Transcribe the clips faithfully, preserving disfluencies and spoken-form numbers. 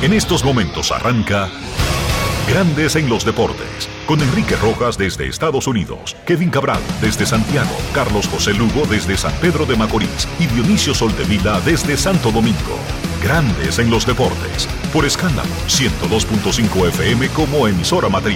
En estos momentos arranca Grandes en los Deportes, con Enrique Rojas desde Estados Unidos, Kevin Cabral desde Santiago, Carlos José Lugo desde San Pedro de Macorís y Dionisio Soldevila desde Santo Domingo. Grandes en los Deportes, por Escándalo ciento dos punto cinco F M como emisora matriz.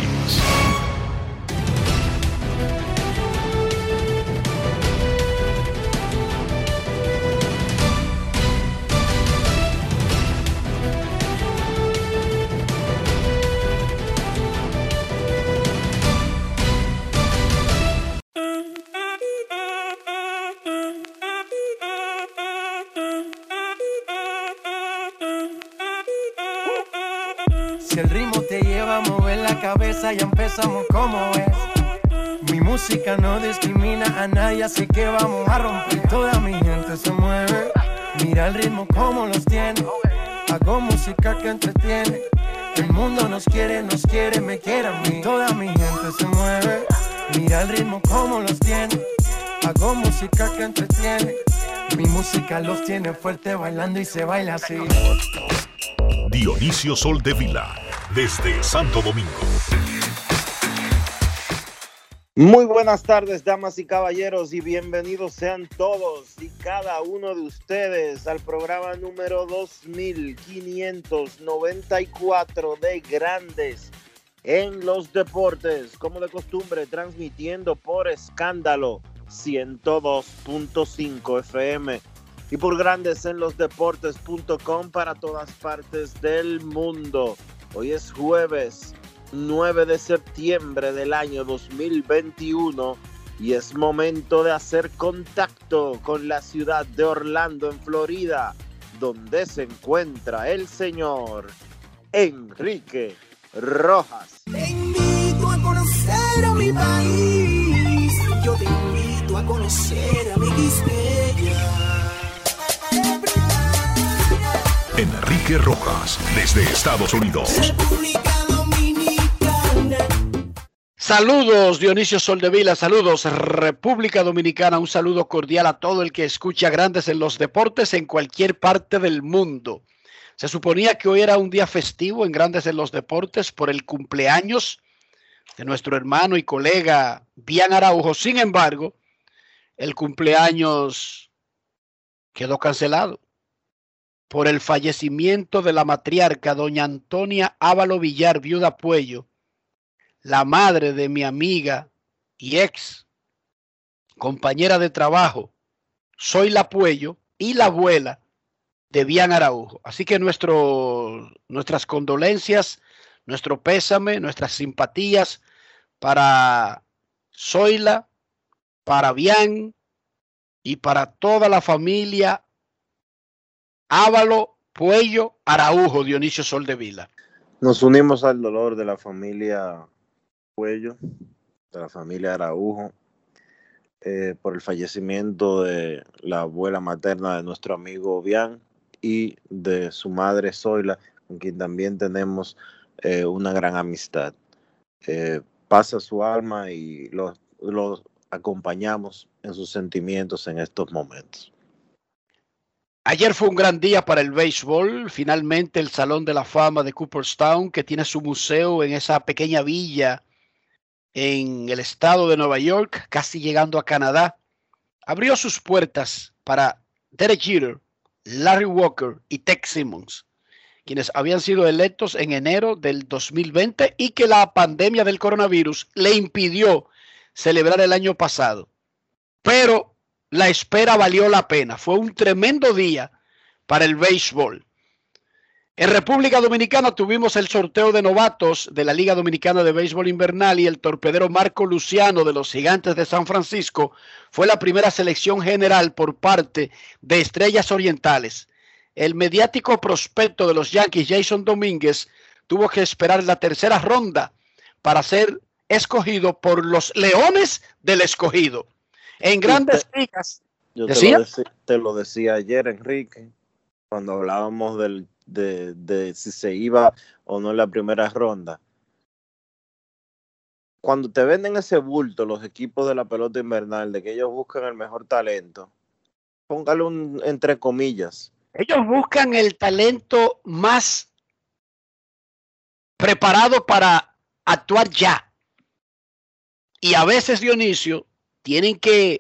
Si el ritmo te lleva a mover la cabeza, ya empezamos como es. Mi música no discrimina a nadie, así que vamos a romper. Toda mi gente se mueve, mira el ritmo como los tiene. Hago música que entretiene. El mundo nos quiere, nos quiere, me quiere a mí. Toda mi gente se mueve, mira el ritmo como los tiene. Hago música que entretiene. Mi música los tiene fuerte bailando y se baila así. Dionisio Soldevila, desde Santo Domingo. Muy buenas tardes, damas y caballeros, y bienvenidos sean todos y cada uno de ustedes al programa número dos mil quinientos noventa y cuatro de Grandes en los Deportes, como de costumbre, transmitiendo por Escándalo ciento dos punto cinco F M. Y por grandes en los deportes punto com para todas partes del mundo. Hoy es jueves nueve de septiembre del año dos mil veintiuno y es momento de hacer contacto con la ciudad de Orlando, en Florida, donde se encuentra el señor Enrique Rojas. Te invito a conocer a mi país, yo te invito a conocer a mi Quisqueya. Enrique Rojas, desde Estados Unidos. República Dominicana. Saludos, Dionisio Soldevila, saludos, República Dominicana, un saludo cordial a todo el que escucha Grandes en los Deportes en cualquier parte del mundo. Se suponía que hoy era un día festivo en Grandes en los Deportes por el cumpleaños de nuestro hermano y colega Bian Araujo. Sin embargo, el cumpleaños quedó cancelado por el fallecimiento de la matriarca doña Antonia Ávalo Villar, viuda Puello, la madre de mi amiga y ex compañera de trabajo, Zoila Puello, y la abuela de Bian Araujo. Así que nuestro, nuestras condolencias, nuestro pésame, nuestras simpatías para Zoila, para Bian y para toda la familia Ávalo Puello Araujo, Dionisio Soldevila. Nos unimos al dolor de la familia Puello, de la familia Araujo, eh, por el fallecimiento de la abuela materna de nuestro amigo Bian y de su madre Zoila, con quien también tenemos eh, una gran amistad. Eh, pasa su alma y los, los acompañamos en sus sentimientos en estos momentos. Ayer fue un gran día para el béisbol. Finalmente el Salón de la Fama de Cooperstown, que tiene su museo en esa pequeña villa en el estado de Nueva York, casi llegando a Canadá, abrió sus puertas para Derek Jeter, Larry Walker y Ted Simmons, quienes habían sido electos en enero del dos mil veinte y que la pandemia del coronavirus le impidió celebrar el año pasado. Pero la espera valió la pena. Fue un tremendo día para el béisbol. En República Dominicana tuvimos el sorteo de novatos de la Liga Dominicana de Béisbol Invernal y el torpedero Marco Luciano de los Gigantes de San Francisco fue la primera selección general por parte de Estrellas Orientales. El mediático prospecto de los Yankees, Jason Domínguez, tuvo que esperar la tercera ronda para ser escogido por los Leones del Escogido. En Grandes Ligas, yo te ¿decía? lo, dec- te lo decía ayer, Enrique, cuando hablábamos del, de, de si se iba o no en la primera ronda. Cuando te venden ese bulto los equipos de la pelota invernal de que ellos buscan el mejor talento, póngale un entre comillas. Ellos buscan el talento más preparado para actuar ya. Y a veces, Dionisio, tienen que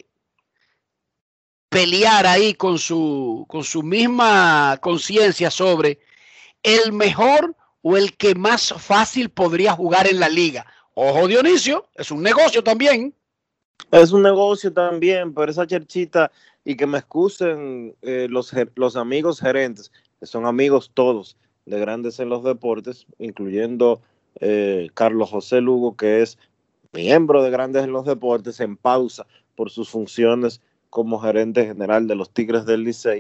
pelear ahí con su, con su misma conciencia sobre el mejor o el que más fácil podría jugar en la liga. Ojo, Dionisio, es un negocio también. Es un negocio también, pero esa cherchita, y que me excusen eh, los, los amigos gerentes, que son amigos todos de Grandes en los Deportes, incluyendo eh, Carlos José Lugo, que es miembro de Grandes en los Deportes, en pausa por sus funciones como gerente general de los Tigres del Licey.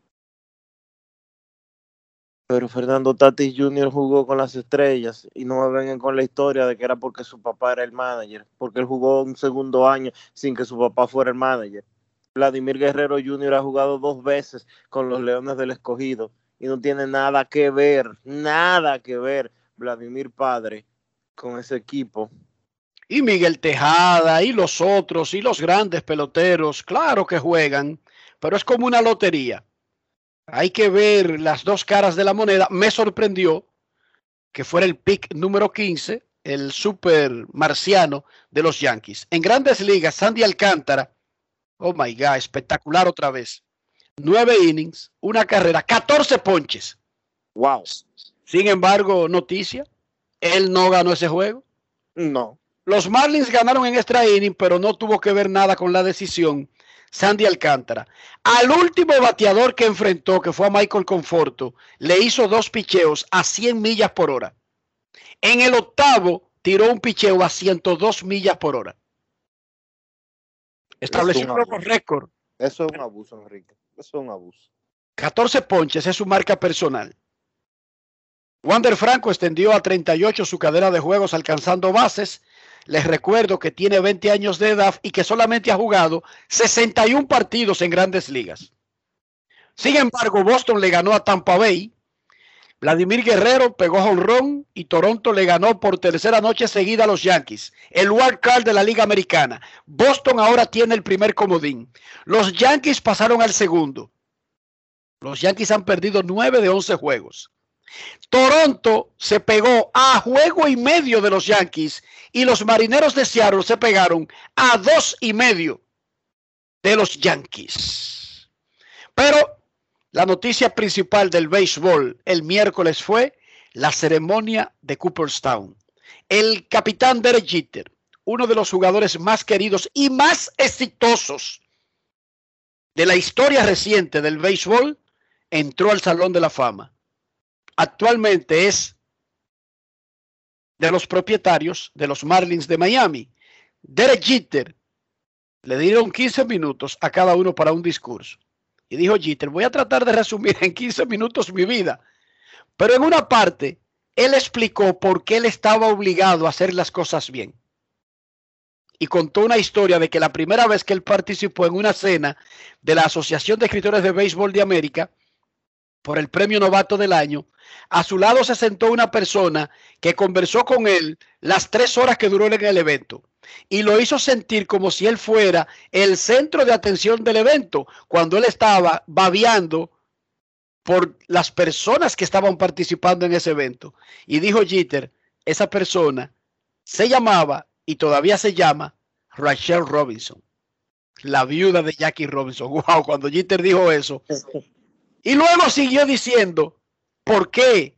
Pero Fernando Tatis junior jugó con las Estrellas y no me vengan con la historia de que era porque su papá era el manager, porque él jugó un segundo año sin que su papá fuera el manager. Vladimir Guerrero junior ha jugado dos veces con los Leones del Escogido y no tiene nada que ver, nada que ver Vladimir padre con ese equipo. Y Miguel Tejada y los otros y los grandes peloteros, claro que juegan, pero es como una lotería. Hay que ver las dos caras de la moneda. Me sorprendió que fuera el pick número quince, el super marciano de los Yankees. En Grandes Ligas, Sandy Alcántara, oh my God, espectacular otra vez. Nueve innings, una carrera, catorce ponches. Wow. Sin embargo, noticia, él no ganó ese juego. No. Los Marlins ganaron en extra inning, pero no tuvo que ver nada con la decisión. Sandy Alcántara, al último bateador que enfrentó, que fue a Michael Conforto, le hizo dos picheos a cien millas por hora. En el octavo, tiró un picheo a ciento dos millas por hora. Estableció un nuevo récord. Eso es un abuso, Enrique. Eso es un abuso. catorce ponches es su marca personal. Wander Franco extendió a treinta y ocho su cadena de juegos alcanzando bases. Les recuerdo que tiene veinte años de edad y que solamente ha jugado sesenta y un partidos en Grandes Ligas. Sin embargo, Boston le ganó a Tampa Bay. Vladimir Guerrero pegó jonrón y Toronto le ganó por tercera noche seguida a los Yankees. El wild card de la Liga Americana. Boston ahora tiene el primer comodín. Los Yankees pasaron al segundo. Los Yankees han perdido nueve de once juegos. Toronto se pegó a juego y medio de los Yankees y los Marineros de Seattle se pegaron a dos y medio de los Yankees. Pero la noticia principal del béisbol el miércoles fue la ceremonia de Cooperstown. El capitán Derek Jeter, uno de los jugadores más queridos y más exitosos de la historia reciente del béisbol, entró al Salón de la Fama. Actualmente es de los propietarios de los Marlins de Miami. Derek Jeter le dieron quince minutos a cada uno para un discurso. Y dijo Jeter, voy a tratar de resumir en quince minutos mi vida. Pero en una parte, él explicó por qué él estaba obligado a hacer las cosas bien. Y contó una historia de que la primera vez que él participó en una cena de la Asociación de Escritores de Béisbol de América, por el premio novato del año, a su lado se sentó una persona que conversó con él las tres horas que duró en el evento y lo hizo sentir como si él fuera el centro de atención del evento cuando él estaba babeando por las personas que estaban participando en ese evento. Y dijo Jeter, esa persona se llamaba y todavía se llama Rachel Robinson, la viuda de Jackie Robinson. Wow, cuando Jeter dijo eso. Y luego siguió diciendo por qué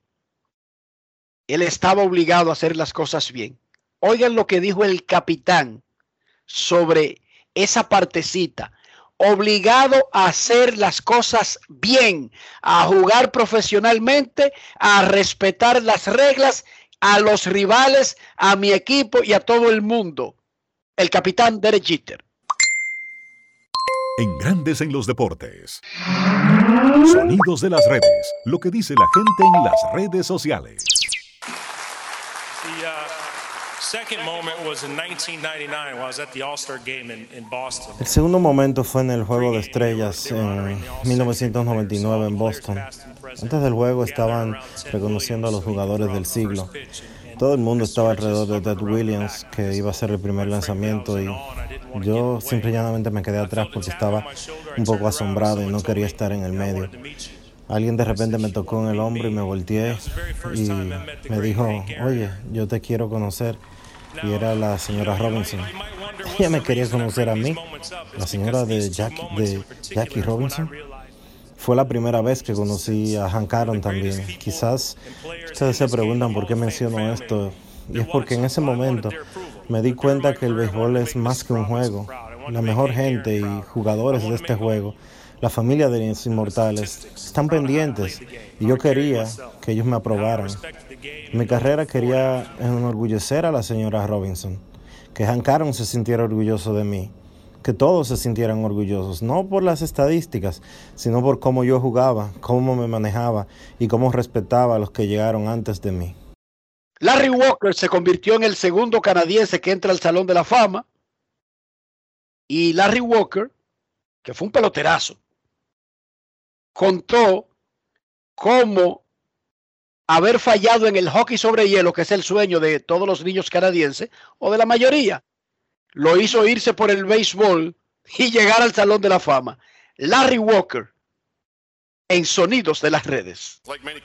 él estaba obligado a hacer las cosas bien. Oigan lo que dijo el capitán sobre esa partecita. Obligado a hacer las cosas bien, a jugar profesionalmente, a respetar las reglas, a los rivales, a mi equipo y a todo el mundo. El capitán Derek Jeter. En Grandes en los Deportes. Sonidos de las redes. Lo que dice la gente en las redes sociales. El segundo momento fue en el Juego de Estrellas en mil novecientos noventa y nueve en Boston. Antes del juego estaban reconociendo a los jugadores del siglo. Todo el mundo estaba alrededor de Ted Williams, que iba a ser el primer lanzamiento, y yo simple y llanamente me quedé atrás porque estaba un poco asombrado y no quería estar en el medio. Alguien de repente me tocó en el hombro y me volteé y me dijo, oye, yo te quiero conocer. Y era la señora Robinson. Ella me quería conocer a mí, la señora de Jackie, de Jackie Robinson. Fue la primera vez que conocí a Hank Aaron también. Quizás ustedes se preguntan por qué menciono esto. Y es porque en ese momento me di cuenta que el béisbol es más que un juego. La mejor gente y jugadores de este juego, la familia de los inmortales, están pendientes. Y yo quería que ellos me aprobaran. En mi carrera quería enorgullecer a la señora Robinson. Que Hank Aaron se sintiera orgulloso de mí. Que todos se sintieran orgullosos, no por las estadísticas, sino por cómo yo jugaba, cómo me manejaba y cómo respetaba a los que llegaron antes de mí. Larry Walker se convirtió en el segundo canadiense que entra al Salón de la Fama. Y Larry Walker, que fue un peloterazo, contó cómo haber fallado en el hockey sobre hielo, que es el sueño de todos los niños canadienses, o de la mayoría, lo hizo irse por el béisbol y llegar al Salón de la Fama. Larry Walker, en Sonidos de las Redes.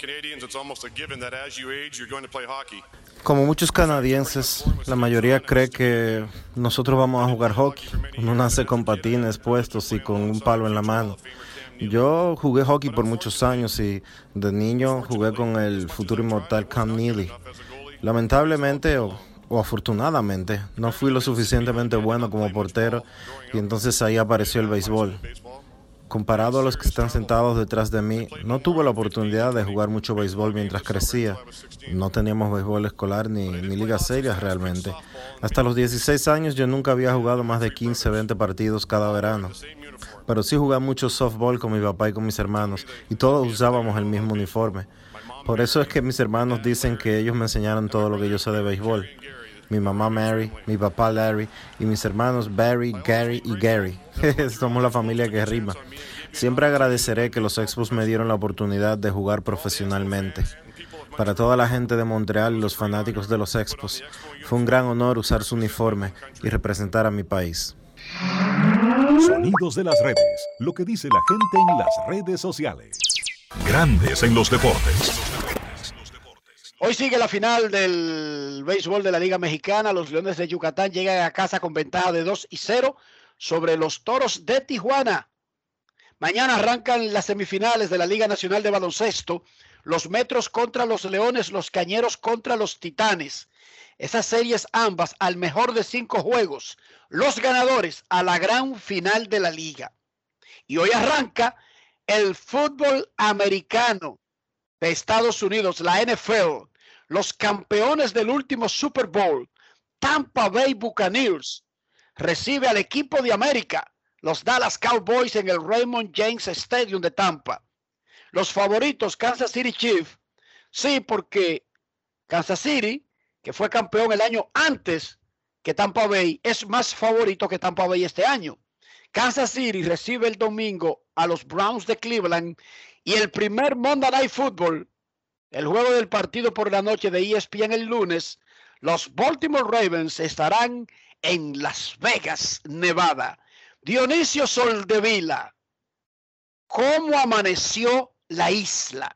Como muchos canadienses, la mayoría cree que nosotros vamos a jugar hockey. Uno nace con patines puestos y con un palo en la mano. Yo jugué hockey por muchos años y de niño jugué con el futuro inmortal Cam Neely. Lamentablemente, o o afortunadamente, no fui lo suficientemente bueno como portero y entonces ahí apareció el béisbol. Comparado a los que están sentados detrás de mí, no tuve la oportunidad de jugar mucho béisbol mientras crecía. No teníamos béisbol escolar ni, ni ligas serias realmente. Hasta los dieciséis años yo nunca había jugado más de quince, veinte partidos cada verano. Pero sí jugué mucho softball con mi papá y con mis hermanos y todos usábamos el mismo uniforme. Por eso es que mis hermanos dicen que ellos me enseñaron todo lo que yo sé de béisbol. Mi mamá Mary, mi papá Larry y mis hermanos Barry, Gary y Gary. Somos la familia que rima. Siempre agradeceré que los Expos me dieron la oportunidad de jugar profesionalmente. Para toda la gente de Montreal y los fanáticos de los Expos, fue un gran honor usar su uniforme y representar a mi país. Sonidos de las redes, lo que dice la gente en las redes sociales. Grandes en los deportes. Hoy sigue la final del béisbol de la Liga Mexicana. Los Leones de Yucatán llegan a casa con ventaja de dos y cero sobre los Toros de Tijuana. Mañana arrancan las semifinales de la Liga Nacional de Baloncesto. Los Metros contra los Leones, los Cañeros contra los Titanes. Esas series ambas al mejor de cinco juegos. Los ganadores a la gran final de la liga. Y hoy arranca el fútbol americano de Estados Unidos, la N F L. Los campeones del último Super Bowl, Tampa Bay Buccaneers, recibe al equipo de América, los Dallas Cowboys, en el Raymond James Stadium de Tampa. Los favoritos, Kansas City Chiefs, sí, porque Kansas City, que fue campeón el año antes que Tampa Bay, es más favorito que Tampa Bay este año. Kansas City recibe el domingo a los Browns de Cleveland y el primer Monday Night Football, el juego del partido por la noche de E S P N el lunes, los Baltimore Ravens estarán en Las Vegas, Nevada. Dionisio Soldevila, ¿cómo amaneció la isla?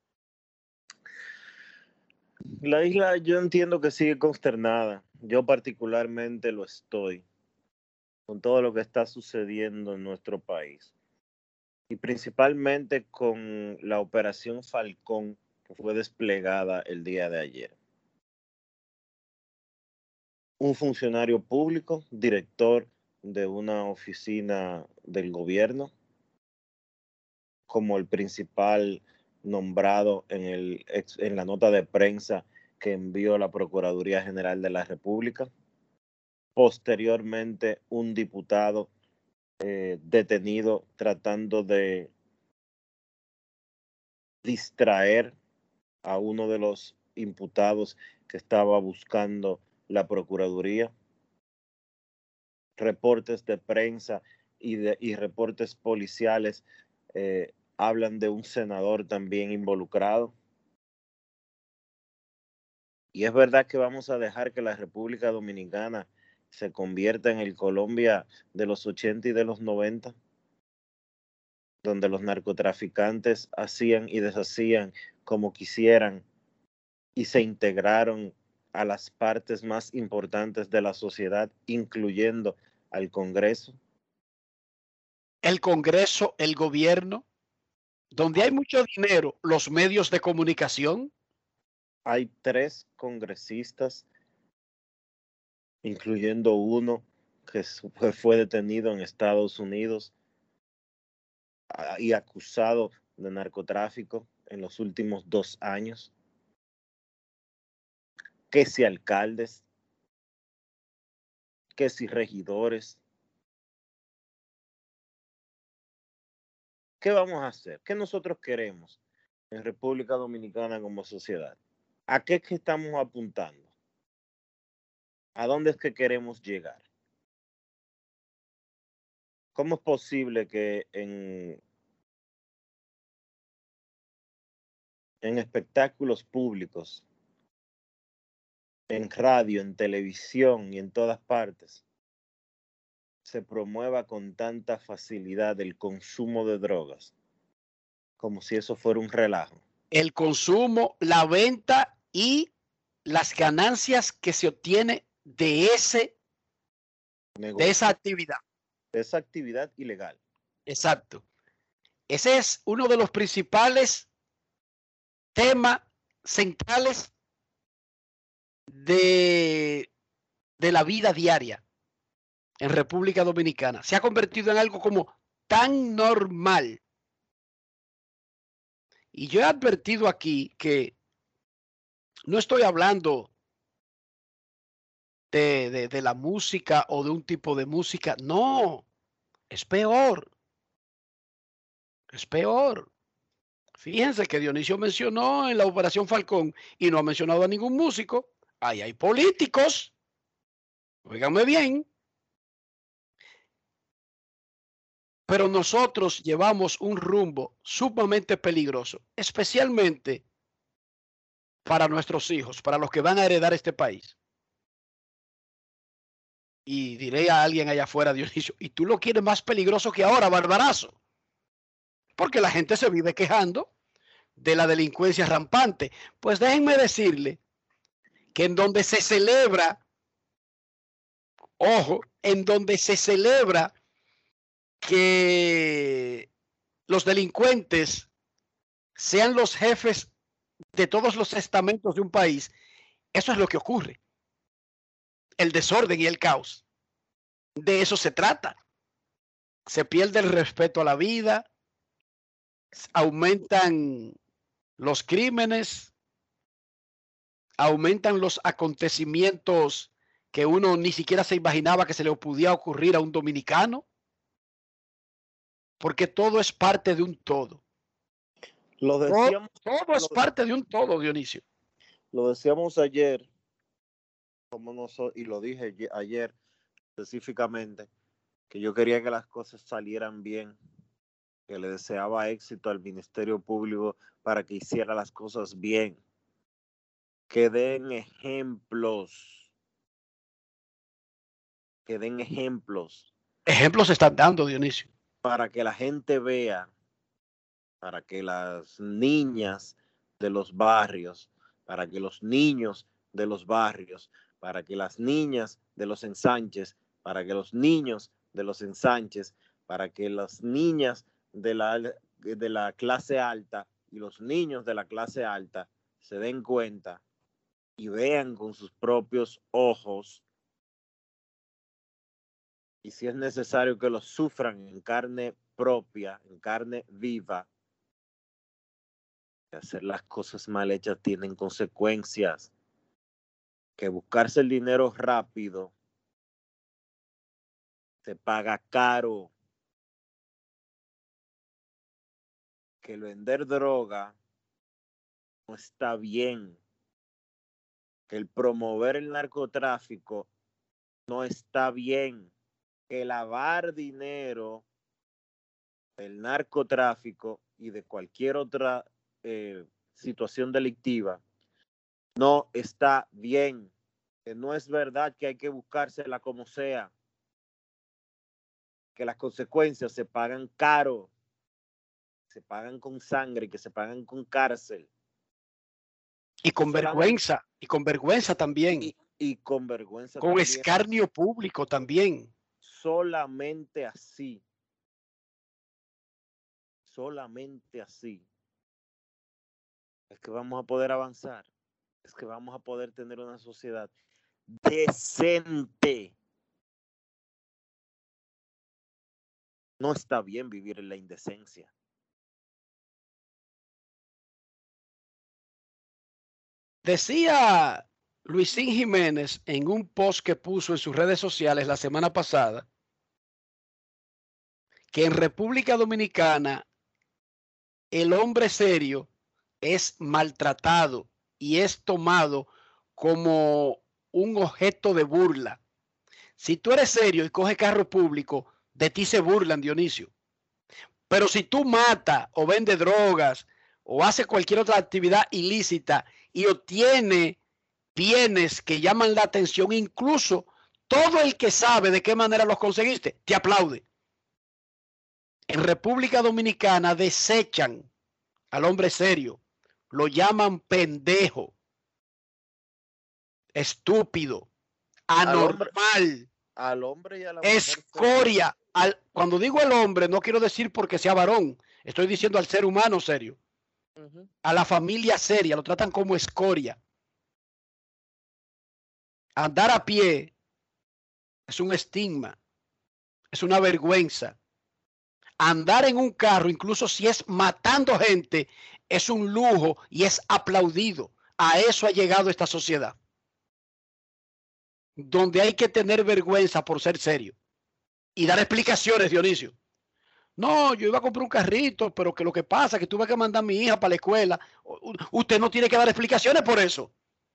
La isla yo entiendo que sigue consternada. Yo particularmente lo estoy con todo lo que está sucediendo en nuestro país. Y principalmente con la Operación Falcón que fue desplegada el día de ayer. Un funcionario público, director de una oficina del gobierno, como el principal nombrado en, el, en la nota de prensa que envió la Procuraduría General de la República. Posteriormente, un diputado eh, detenido tratando de distraer a uno de los imputados que estaba buscando la Procuraduría. Reportes de prensa y, de, y reportes policiales eh, hablan de un senador también involucrado. Y es verdad que vamos a dejar que la República Dominicana se convierta en el Colombia de los ochenta y de los noventa. donde los narcotraficantes hacían y deshacían como quisieran y se integraron a las partes más importantes de la sociedad, incluyendo al Congreso. El Congreso, el gobierno, donde hay mucho dinero, los medios de comunicación. Hay tres congresistas, incluyendo uno que fue detenido en Estados Unidos y acusado de narcotráfico en los últimos dos años. Que si alcaldes, que si regidores. ¿Qué vamos a hacer? ¿Qué nosotros queremos en República Dominicana como sociedad? ¿A qué es que estamos apuntando? ¿A dónde es que queremos llegar? ¿Cómo es posible que en, en espectáculos públicos, en radio, en televisión y en todas partes, se promueva con tanta facilidad el consumo de drogas, como si eso fuera un relajo? El consumo, la venta y las ganancias que se obtiene de ese negocio, de esa actividad. De esa actividad ilegal. Exacto. Ese es uno de los principales temas centrales de, de la vida diaria en República Dominicana. Se ha convertido en algo como tan normal. Y yo he advertido aquí que no estoy hablando de, de, de la música o de un tipo de música. No, es peor. Es peor. Fíjense que Dionisio mencionó en la Operación Falcón y no ha mencionado a ningún músico. Ahí hay políticos. Óiganme bien. Pero nosotros llevamos un rumbo sumamente peligroso, especialmente para nuestros hijos, para los que van a heredar este país. Y diré a alguien allá afuera, Dionisio, ¿y tú lo quieres más peligroso que ahora, Barbarazo? Porque la gente se vive quejando de la delincuencia rampante. Pues déjenme decirle que en donde se celebra, ojo, en donde se celebra que los delincuentes sean los jefes de todos los estamentos de un país, eso es lo que ocurre. El desorden y el caos. De eso se trata. Se pierde el respeto a la vida, aumentan los crímenes, aumentan los acontecimientos que uno ni siquiera se imaginaba que se le pudiera ocurrir a un dominicano, porque todo es parte de un todo. Lo decíamos, todo, todo es lo, parte de un todo, Dionisio. Lo decíamos ayer, como nosotros, y lo dije ayer específicamente, que yo quería que las cosas salieran bien, que le deseaba éxito al Ministerio Público para que hiciera las cosas bien, que den ejemplos, que den ejemplos. Ejemplos se están dando, Dionisio. Para que la gente vea, para que las niñas de los barrios, para que los niños de los barrios, para que las niñas de los ensanches, para que los niños de los ensanches, para que las niñas de la, de la clase alta y los niños de la clase alta se den cuenta y vean con sus propios ojos, y si es necesario que lo sufran en carne propia, en carne viva, que hacer las cosas mal hechas tienen consecuencias, que buscarse el dinero rápido se paga caro, que el vender droga no está bien, que el promover el narcotráfico no está bien, que lavar dinero del narcotráfico y de cualquier otra eh, situación delictiva no está bien, que no es verdad que hay que buscársela como sea, que las consecuencias se pagan caro, se pagan con sangre, que se pagan con cárcel. Y con vergüenza, y con vergüenza también. Y, y con vergüenza con también. escarnio público también. Solamente así. Solamente así. Es que vamos a poder avanzar. Es que vamos a poder tener una sociedad decente. No está bien vivir en la indecencia. Decía Luisín Jiménez en un post que puso en sus redes sociales la semana pasada que en República Dominicana el hombre serio es maltratado y es tomado como un objeto de burla. Si tú eres serio y coges carro público, de ti se burlan, Dionisio. Pero si tú matas o vendes drogas o haces cualquier otra actividad ilícita y obtiene bienes que llaman la atención, incluso todo el que sabe de qué manera los conseguiste, te aplaude. En República Dominicana desechan al hombre serio, lo llaman pendejo, estúpido, anormal, Al hombre, al hombre y a la mujer escoria. Al, cuando digo el hombre, no quiero decir porque sea varón, estoy diciendo al ser humano serio. Uh-huh. A la familia seria, lo tratan como escoria. Andar a pie es un estigma, es una vergüenza. Andar en un carro, incluso si es matando gente, es un lujo y es aplaudido. A eso ha llegado esta sociedad, donde hay que tener vergüenza por ser serio y dar explicaciones, Dionisio. No, yo iba a comprar un carrito, pero que lo que pasa es que tuve que mandar a mi hija para la escuela. Usted no tiene que dar explicaciones por eso.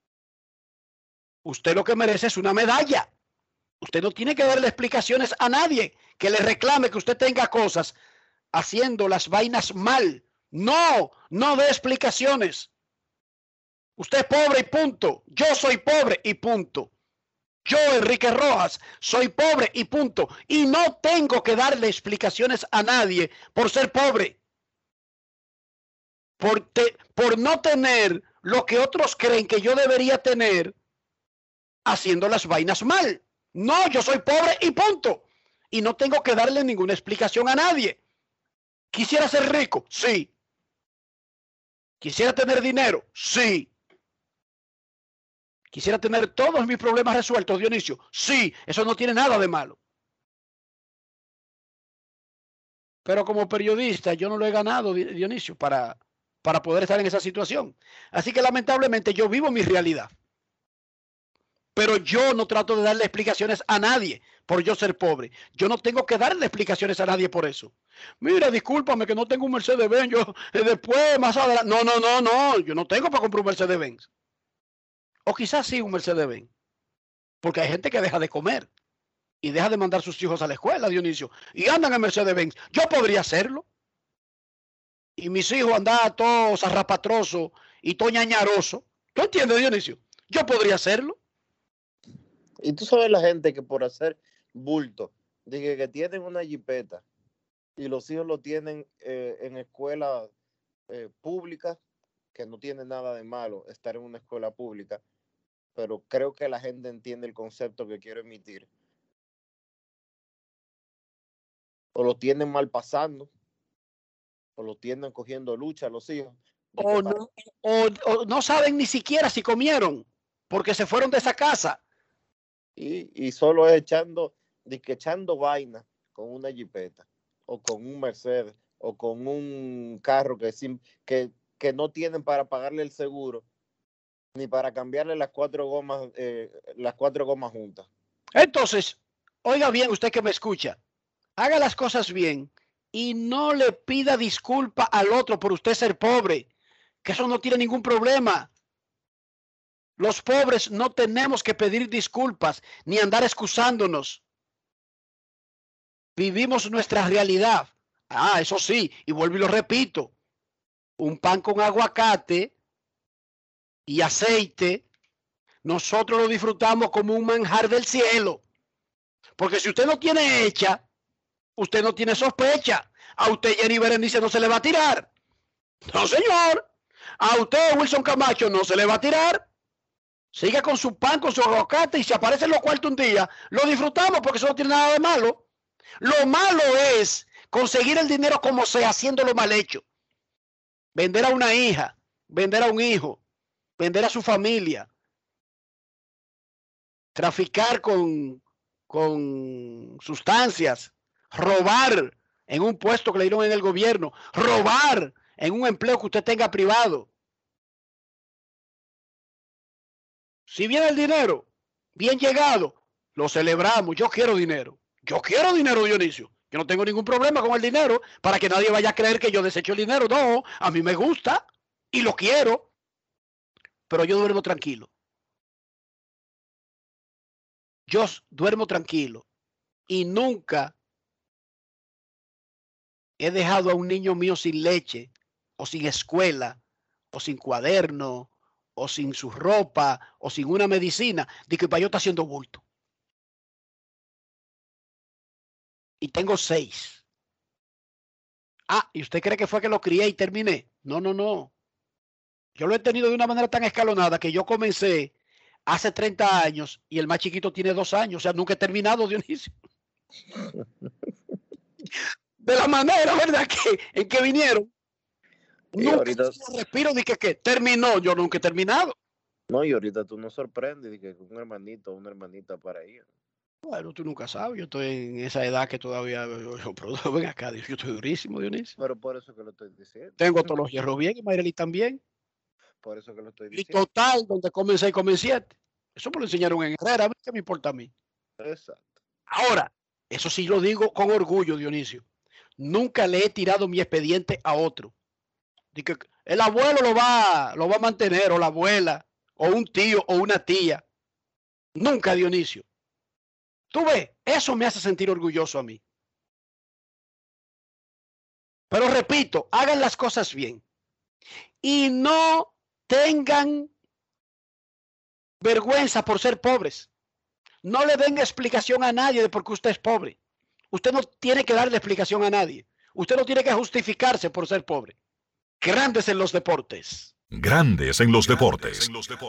Usted lo que merece es una medalla. Usted no tiene que darle explicaciones a nadie que le reclame que usted tenga cosas haciendo las vainas mal. No, no dé explicaciones. Usted es pobre y punto. Yo soy pobre y punto. Yo, Enrique Rojas, soy pobre y punto. Y no tengo que darle explicaciones a nadie por ser pobre. Por, te, por no tener lo que otros creen que yo debería tener haciendo las vainas mal. No, yo soy pobre y punto. Y no tengo que darle ninguna explicación a nadie. ¿Quisiera ser rico? Sí. ¿Quisiera tener dinero? Sí. ¿Quisiera tener todos mis problemas resueltos, Dionisio? Sí, eso no tiene nada de malo. Pero como periodista yo no lo he ganado, Dionisio, para, para poder estar en esa situación. Así que lamentablemente yo vivo mi realidad. Pero yo no trato de darle explicaciones a nadie por yo ser pobre. Yo no tengo que darle explicaciones a nadie por eso. Mira, discúlpame que no tengo un Mercedes-Benz. Yo eh, después, más adelante. No, no, no, no. Yo no tengo para comprar un Mercedes-Benz. O quizás sí un Mercedes-Benz. Porque hay gente que deja de comer y deja de mandar sus hijos a la escuela, Dionisio. Y andan en Mercedes-Benz. Yo podría hacerlo. Y mis hijos andan todos zarrapatrosos y todo ñañaroso. ¿Tú entiendes, Dionisio? Yo podría hacerlo. Y tú sabes la gente que por hacer bulto, dije que tienen una jipeta y los hijos lo tienen eh, en escuela eh, pública, que no tiene nada de malo estar en una escuela pública, pero creo que la gente entiende el concepto que quiero emitir. O lo tienen mal pasando, o lo tienen cogiendo lucha los hijos. O no, o, o no saben ni siquiera si comieron, porque se fueron de esa casa. Y, y solo es echando, que echando vaina con una jipeta, o con un Mercedes, o con un carro que, que, que no tienen para pagarle el seguro, ni para cambiarle las cuatro gomas, eh, las cuatro gomas juntas. Entonces, oiga bien usted que me escucha, haga las cosas bien y no le pida disculpa al otro por usted ser pobre, que eso no tiene ningún problema. Los pobres no tenemos que pedir disculpas ni andar excusándonos. Vivimos nuestra realidad. Ah, eso sí, y vuelvo y lo repito. Un pan con aguacate y aceite, nosotros lo disfrutamos como un manjar del cielo. Porque si usted no tiene hecha, usted no tiene sospecha. A usted Jenny Berenice no se le va a tirar. No, señor. A usted Wilson Camacho no se le va a tirar. Sigue con su pan, con su aguacate, y si aparece en los cuartos un día, lo disfrutamos porque eso no tiene nada de malo. Lo malo es conseguir el dinero como sea, haciéndolo mal hecho. Vender a una hija, vender a un hijo, vender a su familia, traficar con, con sustancias, robar en un puesto que le dieron en el gobierno, robar en un empleo que usted tenga privado. Si viene el dinero, bien llegado, lo celebramos. Yo quiero dinero. Yo quiero dinero, Dionisio. Yo no tengo ningún problema con el dinero para que nadie vaya a creer que yo desecho el dinero. No, a mí me gusta y lo quiero. Pero yo duermo tranquilo. Yo duermo tranquilo. Y nunca he dejado a un niño mío sin leche, o sin escuela, o sin cuaderno, o sin su ropa, o sin una medicina, de que para yo está haciendo bulto. Y tengo seis. Ah, ¿y usted cree que fue que lo crié y terminé? No, no, no. Yo lo he tenido de una manera tan escalonada que yo comencé hace treinta años y el más chiquito tiene dos años. O sea, nunca he terminado, Dionisio. De la manera, ¿verdad? Que, en que vinieron. Y nunca ahorita, respiro de que, que terminó. Yo nunca he terminado. no, y ahorita tú nos sorprendes de que un hermanito o una hermanita para ahí. Bueno, tú nunca sabes. Yo estoy en esa edad que todavía. Yo, yo, yo, ven acá, yo estoy durísimo, Dionisio. Pero por eso que lo estoy diciendo. Tengo todos los hierros bien y Mayreli también. Por eso que lo estoy Y diciendo. total, donde comen seis, comen siete. Eso me lo enseñaron en Herrera. ¿Qué me importa a mí? Exacto. Ahora, eso sí lo digo con orgullo, Dionisio. Nunca le he tirado mi expediente a otro. De que el abuelo lo va, lo va a mantener, o la abuela, o un tío, o una tía. Nunca, Dionisio. Tú ves, eso me hace sentir orgulloso a mí. Pero repito, hagan las cosas bien. Y no tengan vergüenza por ser pobres. No le den explicación a nadie de por qué usted es pobre. Usted no tiene que darle explicación a nadie. Usted no tiene que justificarse por ser pobre. Grandes en los deportes. Grandes en los deportes.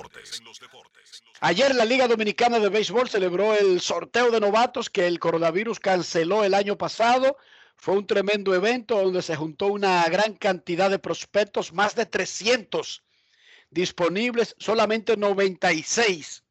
Ayer la Liga Dominicana de Béisbol celebró el sorteo de novatos que el coronavirus canceló el año pasado. Fue un tremendo evento donde se juntó una gran cantidad de prospectos, más de trescientos disponibles, solamente noventa y seis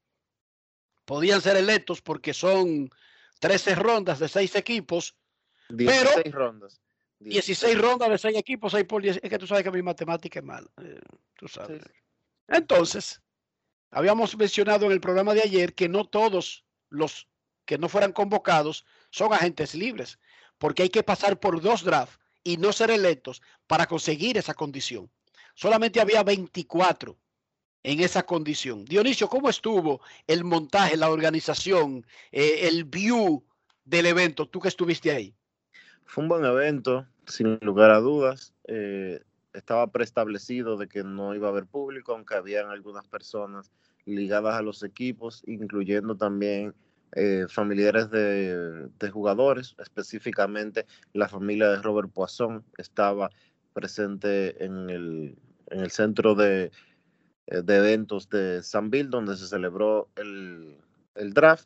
podían ser electos porque son trece rondas de seis equipos, dieciséis pero rondas. dieciséis rondas de seis equipos, seis por diez. Es que tú sabes que mi matemática es mala. Eh, tú sabes. Sí. Entonces, habíamos mencionado en el programa de ayer que no todos los que no fueran convocados son agentes libres, porque hay que pasar por dos drafts y no ser electos para conseguir esa condición. Solamente había veinticuatro en esa condición. Dionisio, ¿cómo estuvo el montaje, la organización, eh, el view del evento? Tú que estuviste ahí. Fue un buen evento, sin lugar a dudas. Eh, estaba preestablecido de que no iba a haber público, aunque habían algunas personas ligadas a los equipos, incluyendo también eh, familiares de, de jugadores, específicamente la familia de Robert Poisson estaba presente en el, en el centro de, de eventos de Sanville, donde se celebró el, el draft.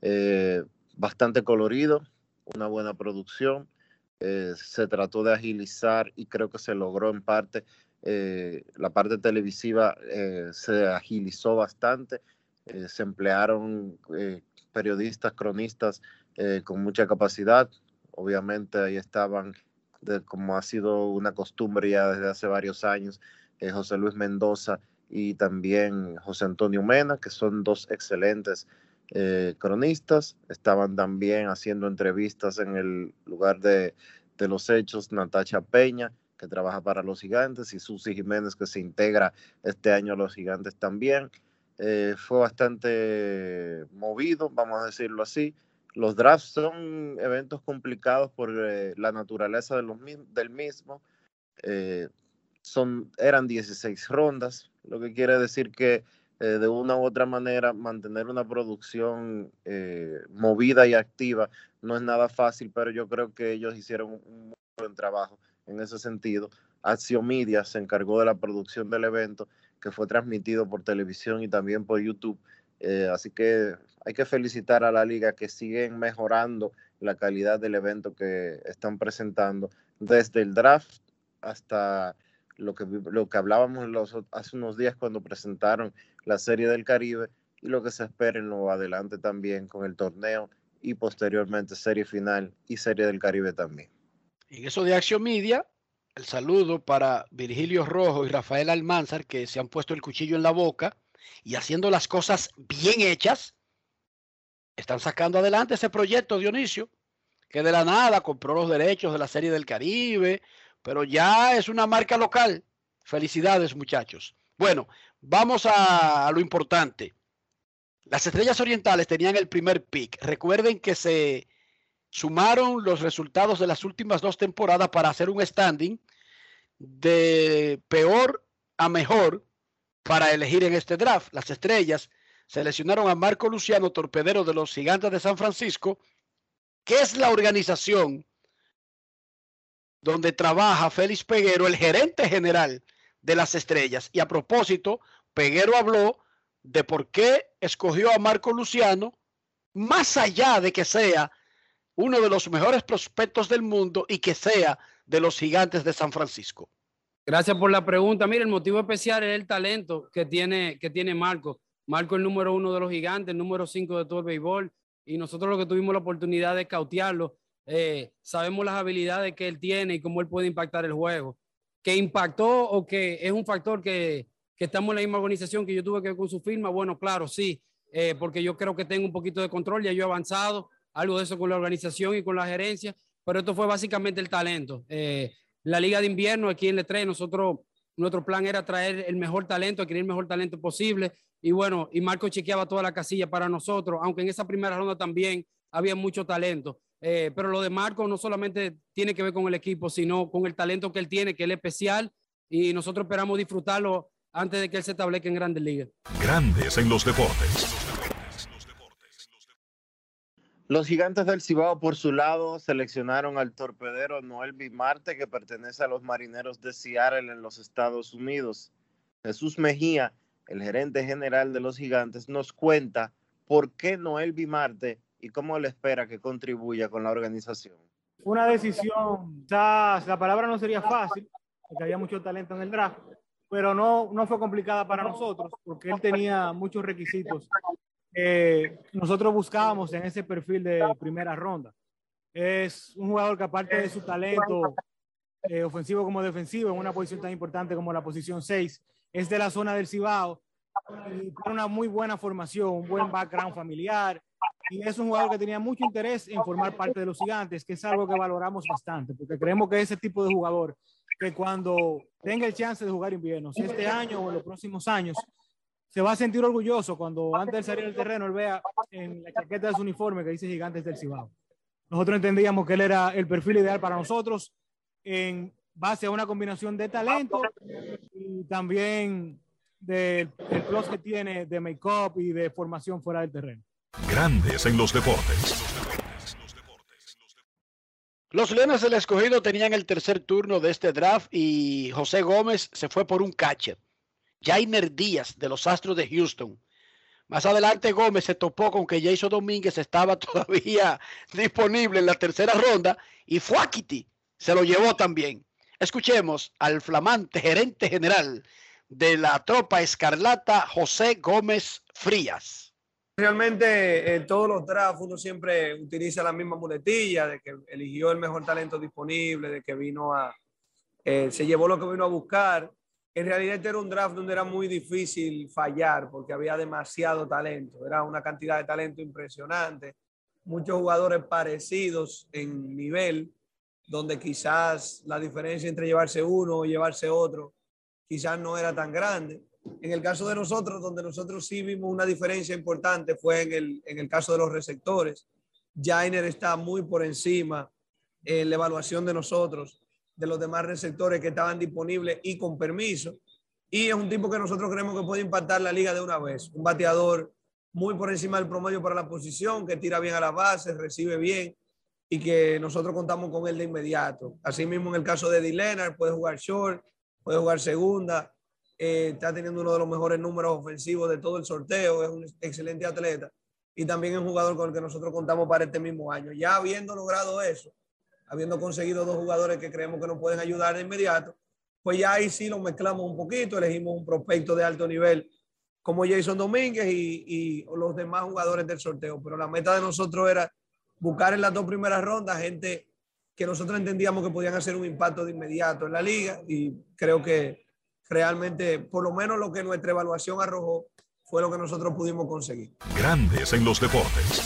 Eh, bastante colorido, una buena producción. Eh, se trató de agilizar y creo que se logró en parte. Eh, la parte televisiva eh, se agilizó bastante. Eh, se emplearon eh, periodistas, cronistas eh, con mucha capacidad. Obviamente ahí estaban, de, como ha sido una costumbre ya desde hace varios años, eh, José Luis Mendoza y también José Antonio Mena, que son dos excelentes eh, cronistas. Estaban también haciendo entrevistas en el lugar de, de los hechos Natacha Peña, que trabaja para los Gigantes, y Susi Jiménez, que se integra este año a los Gigantes también. Eh, fue bastante movido, vamos a decirlo así. Los drafts son eventos complicados por eh, la naturaleza de los, del mismo. Eh, son, eran dieciséis rondas, lo que quiere decir que eh, de una u otra manera mantener una producción eh, movida y activa no es nada fácil, pero yo creo que ellos hicieron un buen trabajo en ese sentido. Acción Media se encargó de la producción del evento, que fue transmitido por televisión y también por YouTube. Eh, así que hay que felicitar a la liga, que siguen mejorando la calidad del evento que están presentando, desde el draft hasta lo que, lo que hablábamos los, hace unos días cuando presentaron la Serie del Caribe, y lo que se espera en lo adelante también con el torneo y posteriormente Serie Final y Serie del Caribe también. En eso de Acción Media, el saludo para Virgilio Rojo y Rafael Almanzar, que se han puesto el cuchillo en la boca y haciendo las cosas bien hechas, están sacando adelante ese proyecto, Dionisio, que de la nada compró los derechos de la Serie del Caribe, pero ya es una marca local. Felicidades, muchachos. Bueno, vamos a, a lo importante. Las Estrellas Orientales tenían el primer pick. Recuerden que se sumaron los resultados de las últimas dos temporadas para hacer un standing de peor a mejor para elegir en este draft. Las Estrellas seleccionaron a Marco Luciano, torpedero de los Gigantes de San Francisco, que es la organización donde trabaja Félix Peguero, el gerente general de las Estrellas. Y a propósito, Peguero habló de por qué escogió a Marco Luciano, más allá de que sea uno de los mejores prospectos del mundo y que sea de los Gigantes de San Francisco. Gracias por la pregunta. Mira, el motivo especial es el talento que tiene, que tiene Marco. Marco es el número uno de los Gigantes, el número cinco de todo el béisbol, y nosotros lo que tuvimos la oportunidad de cautearlo, eh, sabemos las habilidades que él tiene y cómo él puede impactar el juego. Que impactó o que es un factor que, que estamos en la misma organización, que yo tuve que ver con su firma, bueno, claro, sí, eh, porque yo creo que tengo un poquito de control, ya yo he avanzado, algo de eso con la organización y con la gerencia, pero esto fue básicamente el talento. Eh, la Liga de Invierno, aquí en L tres, nosotros, nuestro plan era traer el mejor talento, adquirir el mejor talento posible, y bueno, y Marco chequeaba toda la casilla para nosotros, aunque en esa primera ronda también había mucho talento. Eh, pero lo de Marco no solamente tiene que ver con el equipo, sino con el talento que él tiene, que él es especial, y nosotros esperamos disfrutarlo antes de que él se establezca en Grandes Ligas. Grandes en los deportes. Los Gigantes del Cibao, por su lado, seleccionaron al torpedero Noelvi Marte, que pertenece a los Marineros de Seattle en los Estados Unidos. Jesús Mejía, el gerente general de los Gigantes, nos cuenta por qué Noelvi Marte y cómo él espera que contribuya con la organización. Una decisión, quizás la palabra no sería fácil, porque había mucho talento en el draft, pero no, no fue complicada para nosotros, porque él tenía muchos requisitos que nosotros buscábamos en ese perfil de primera ronda. Es un jugador que, aparte de su talento eh, ofensivo como defensivo, en una posición tan importante como la posición seis, es de la zona del Cibao y tiene una muy buena formación, un buen background familiar, y es un jugador que tenía mucho interés en formar parte de los Gigantes, que es algo que valoramos bastante, porque creemos que ese tipo de jugador que cuando tenga el chance de jugar invierno, si este año o en los próximos años, se va a sentir orgulloso cuando antes de salir del terreno él vea en la chaqueta de su uniforme que dice Gigantes del Cibao. Nosotros entendíamos que él era el perfil ideal para nosotros en base a una combinación de talento y también del el plus que tiene de make-up y de formación fuera del terreno. Grandes en los deportes. Los Leones del Escogido tenían el tercer turno de este draft y José Gómez se fue por un catcher, Jainer Díaz, de los Astros de Houston. Más adelante Gómez se topó con que Jason Domínguez estaba todavía disponible en la tercera ronda y Fuakiti se lo llevó también. Escuchemos al flamante gerente general de la Tropa Escarlata, José Gómez Frías. Realmente en todos los drafts uno siempre utiliza la misma muletilla de que eligió el mejor talento disponible, de que vino a, eh, se llevó lo que vino a buscar. En realidad este era un draft donde era muy difícil fallar porque había demasiado talento, era una cantidad de talento impresionante, muchos jugadores parecidos en nivel, donde quizás la diferencia entre llevarse uno o llevarse otro quizás no era tan grande. En el caso de nosotros, donde nosotros sí vimos una diferencia importante, fue en el, en el caso de los receptores. Jainer está muy por encima en la evaluación de nosotros, de los demás receptores que estaban disponibles y con permiso. Y es un tipo que nosotros creemos que puede impactar la liga de una vez. Un bateador muy por encima del promedio para la posición, que tira bien a la base, recibe bien. y que nosotros contamos con él de inmediato. Asimismo, en el caso de Eddie Leonard, puede jugar short, puede jugar segunda, eh, está teniendo uno de los mejores números ofensivos de todo el sorteo, es un excelente atleta y también es un jugador con el que nosotros contamos para este mismo año. Ya habiendo logrado eso, habiendo conseguido dos jugadores que creemos que nos pueden ayudar de inmediato, pues ya ahí sí lo mezclamos un poquito, elegimos un prospecto de alto nivel como Jason Domínguez y, y los demás jugadores del sorteo. Pero la meta de nosotros era buscar en las dos primeras rondas gente que nosotros entendíamos que podían hacer un impacto de inmediato en la liga y creo que realmente, por lo menos lo que nuestra evaluación arrojó, fue lo que nosotros pudimos conseguir. Grandes en los deportes.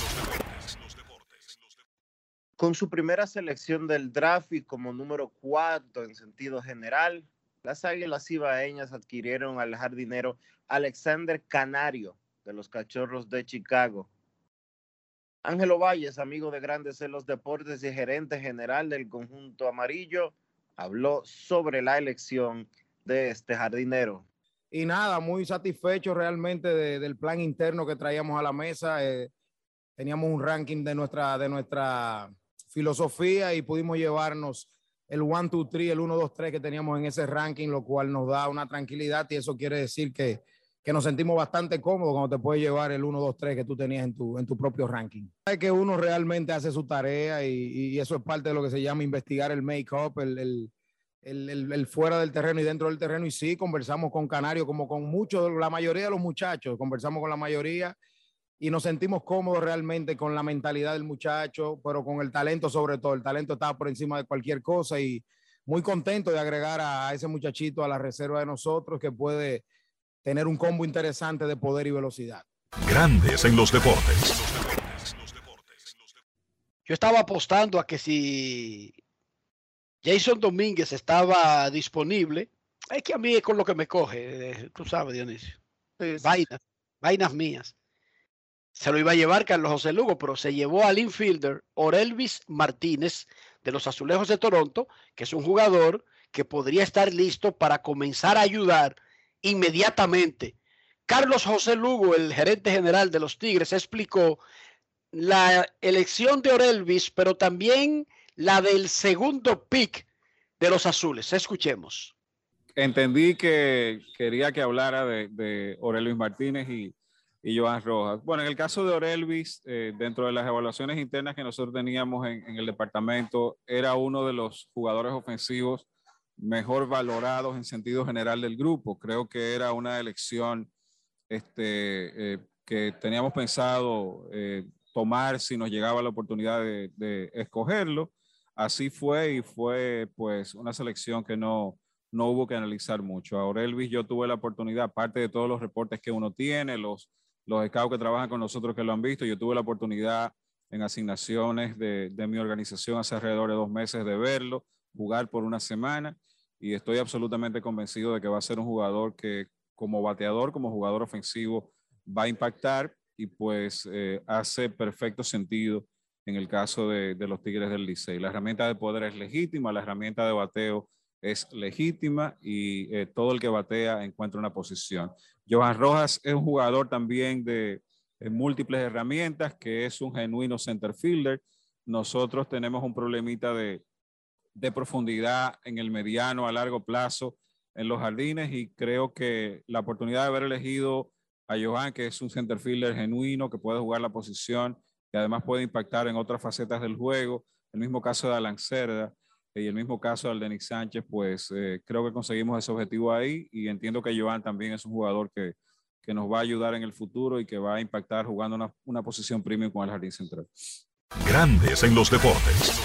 Con su primera selección del draft y como número cuatro en sentido general, las Águilas Ibaeñas adquirieron al jardinero Alexander Canario de los Cachorros de Chicago. Ángelo Valles, amigo de Grandes en los Deportes y gerente general del conjunto amarillo, habló sobre la elección de este jardinero. Y nada, muy satisfecho realmente de, del plan interno que traíamos a la mesa. Eh, teníamos un ranking de nuestra, de nuestra filosofía y pudimos llevarnos el uno, dos, tres, el uno, dos, tres que teníamos en ese ranking, lo cual nos da una tranquilidad y eso quiere decir que, que nos sentimos bastante cómodos cuando te puedes llevar el uno, dos, tres que tú tenías en tu, en tu propio ranking. Es que uno realmente hace su tarea y, y eso es parte de lo que se llama investigar el make-up, el, el, el, el, el fuera del terreno y dentro del terreno. Y sí, conversamos con Canario como con muchos, la mayoría de los muchachos, conversamos con la mayoría y nos sentimos cómodos realmente con la mentalidad del muchacho, pero con el talento sobre todo. El talento estaba por encima de cualquier cosa y muy contento de agregar a, a ese muchachito a la reserva de nosotros que puede tener un combo interesante de poder y velocidad. Grandes en los deportes. Yo estaba apostando a que si Jason Domínguez estaba disponible, es que a mí es con lo que me coge, eh, tú sabes, Dionisio. Sí, sí. Vainas, vainas mías. Se lo iba a llevar Carlos José Lugo, pero se llevó al infielder Orelvis Martínez de los Azulejos de Toronto, que es un jugador que podría estar listo para comenzar a ayudar inmediatamente. Carlos José Lugo, el gerente general de los Tigres, explicó la elección de Orelvis, pero también la del segundo pick de los Azules. Escuchemos. Entendí que quería que hablara de, de Orelvis Martínez y y Johan Rojas. Bueno, en el caso de Orelvis, eh, dentro de las evaluaciones internas que nosotros teníamos en, en el departamento, era uno de los jugadores ofensivos mejor valorados en sentido general del grupo. Creo que era una elección este, eh, que teníamos pensado eh, tomar si nos llegaba la oportunidad de, de escogerlo. Así fue y fue pues una selección que no, no hubo que analizar mucho. A Orelvis yo tuve la oportunidad, aparte de todos los reportes que uno tiene, los los scouts que trabajan con nosotros que lo han visto, yo tuve la oportunidad en asignaciones de, de mi organización hace alrededor de dos meses de verlo, jugar por una semana y estoy absolutamente convencido de que va a ser un jugador que como bateador, como jugador ofensivo va a impactar y pues eh, hace perfecto sentido en el caso de, de los Tigres del Licey. La herramienta de poder es legítima, la herramienta de bateo es legítima y eh, todo el que batea encuentra una posición. Johan Rojas es un jugador también de, de múltiples herramientas, que es un genuino center fielder. Nosotros tenemos un problemita de, de profundidad en el mediano a largo plazo en los jardines y creo que la oportunidad de haber elegido a Johan, que es un center fielder genuino, que puede jugar la posición y además puede impactar en otras facetas del juego, el mismo caso de Alan Cerda, y el mismo caso del Denis Sánchez, pues eh, creo que conseguimos ese objetivo ahí y entiendo que Johan también es un jugador que, que nos va a ayudar en el futuro y que va a impactar jugando una, una posición premium con el jardín central. Grandes en los deportes.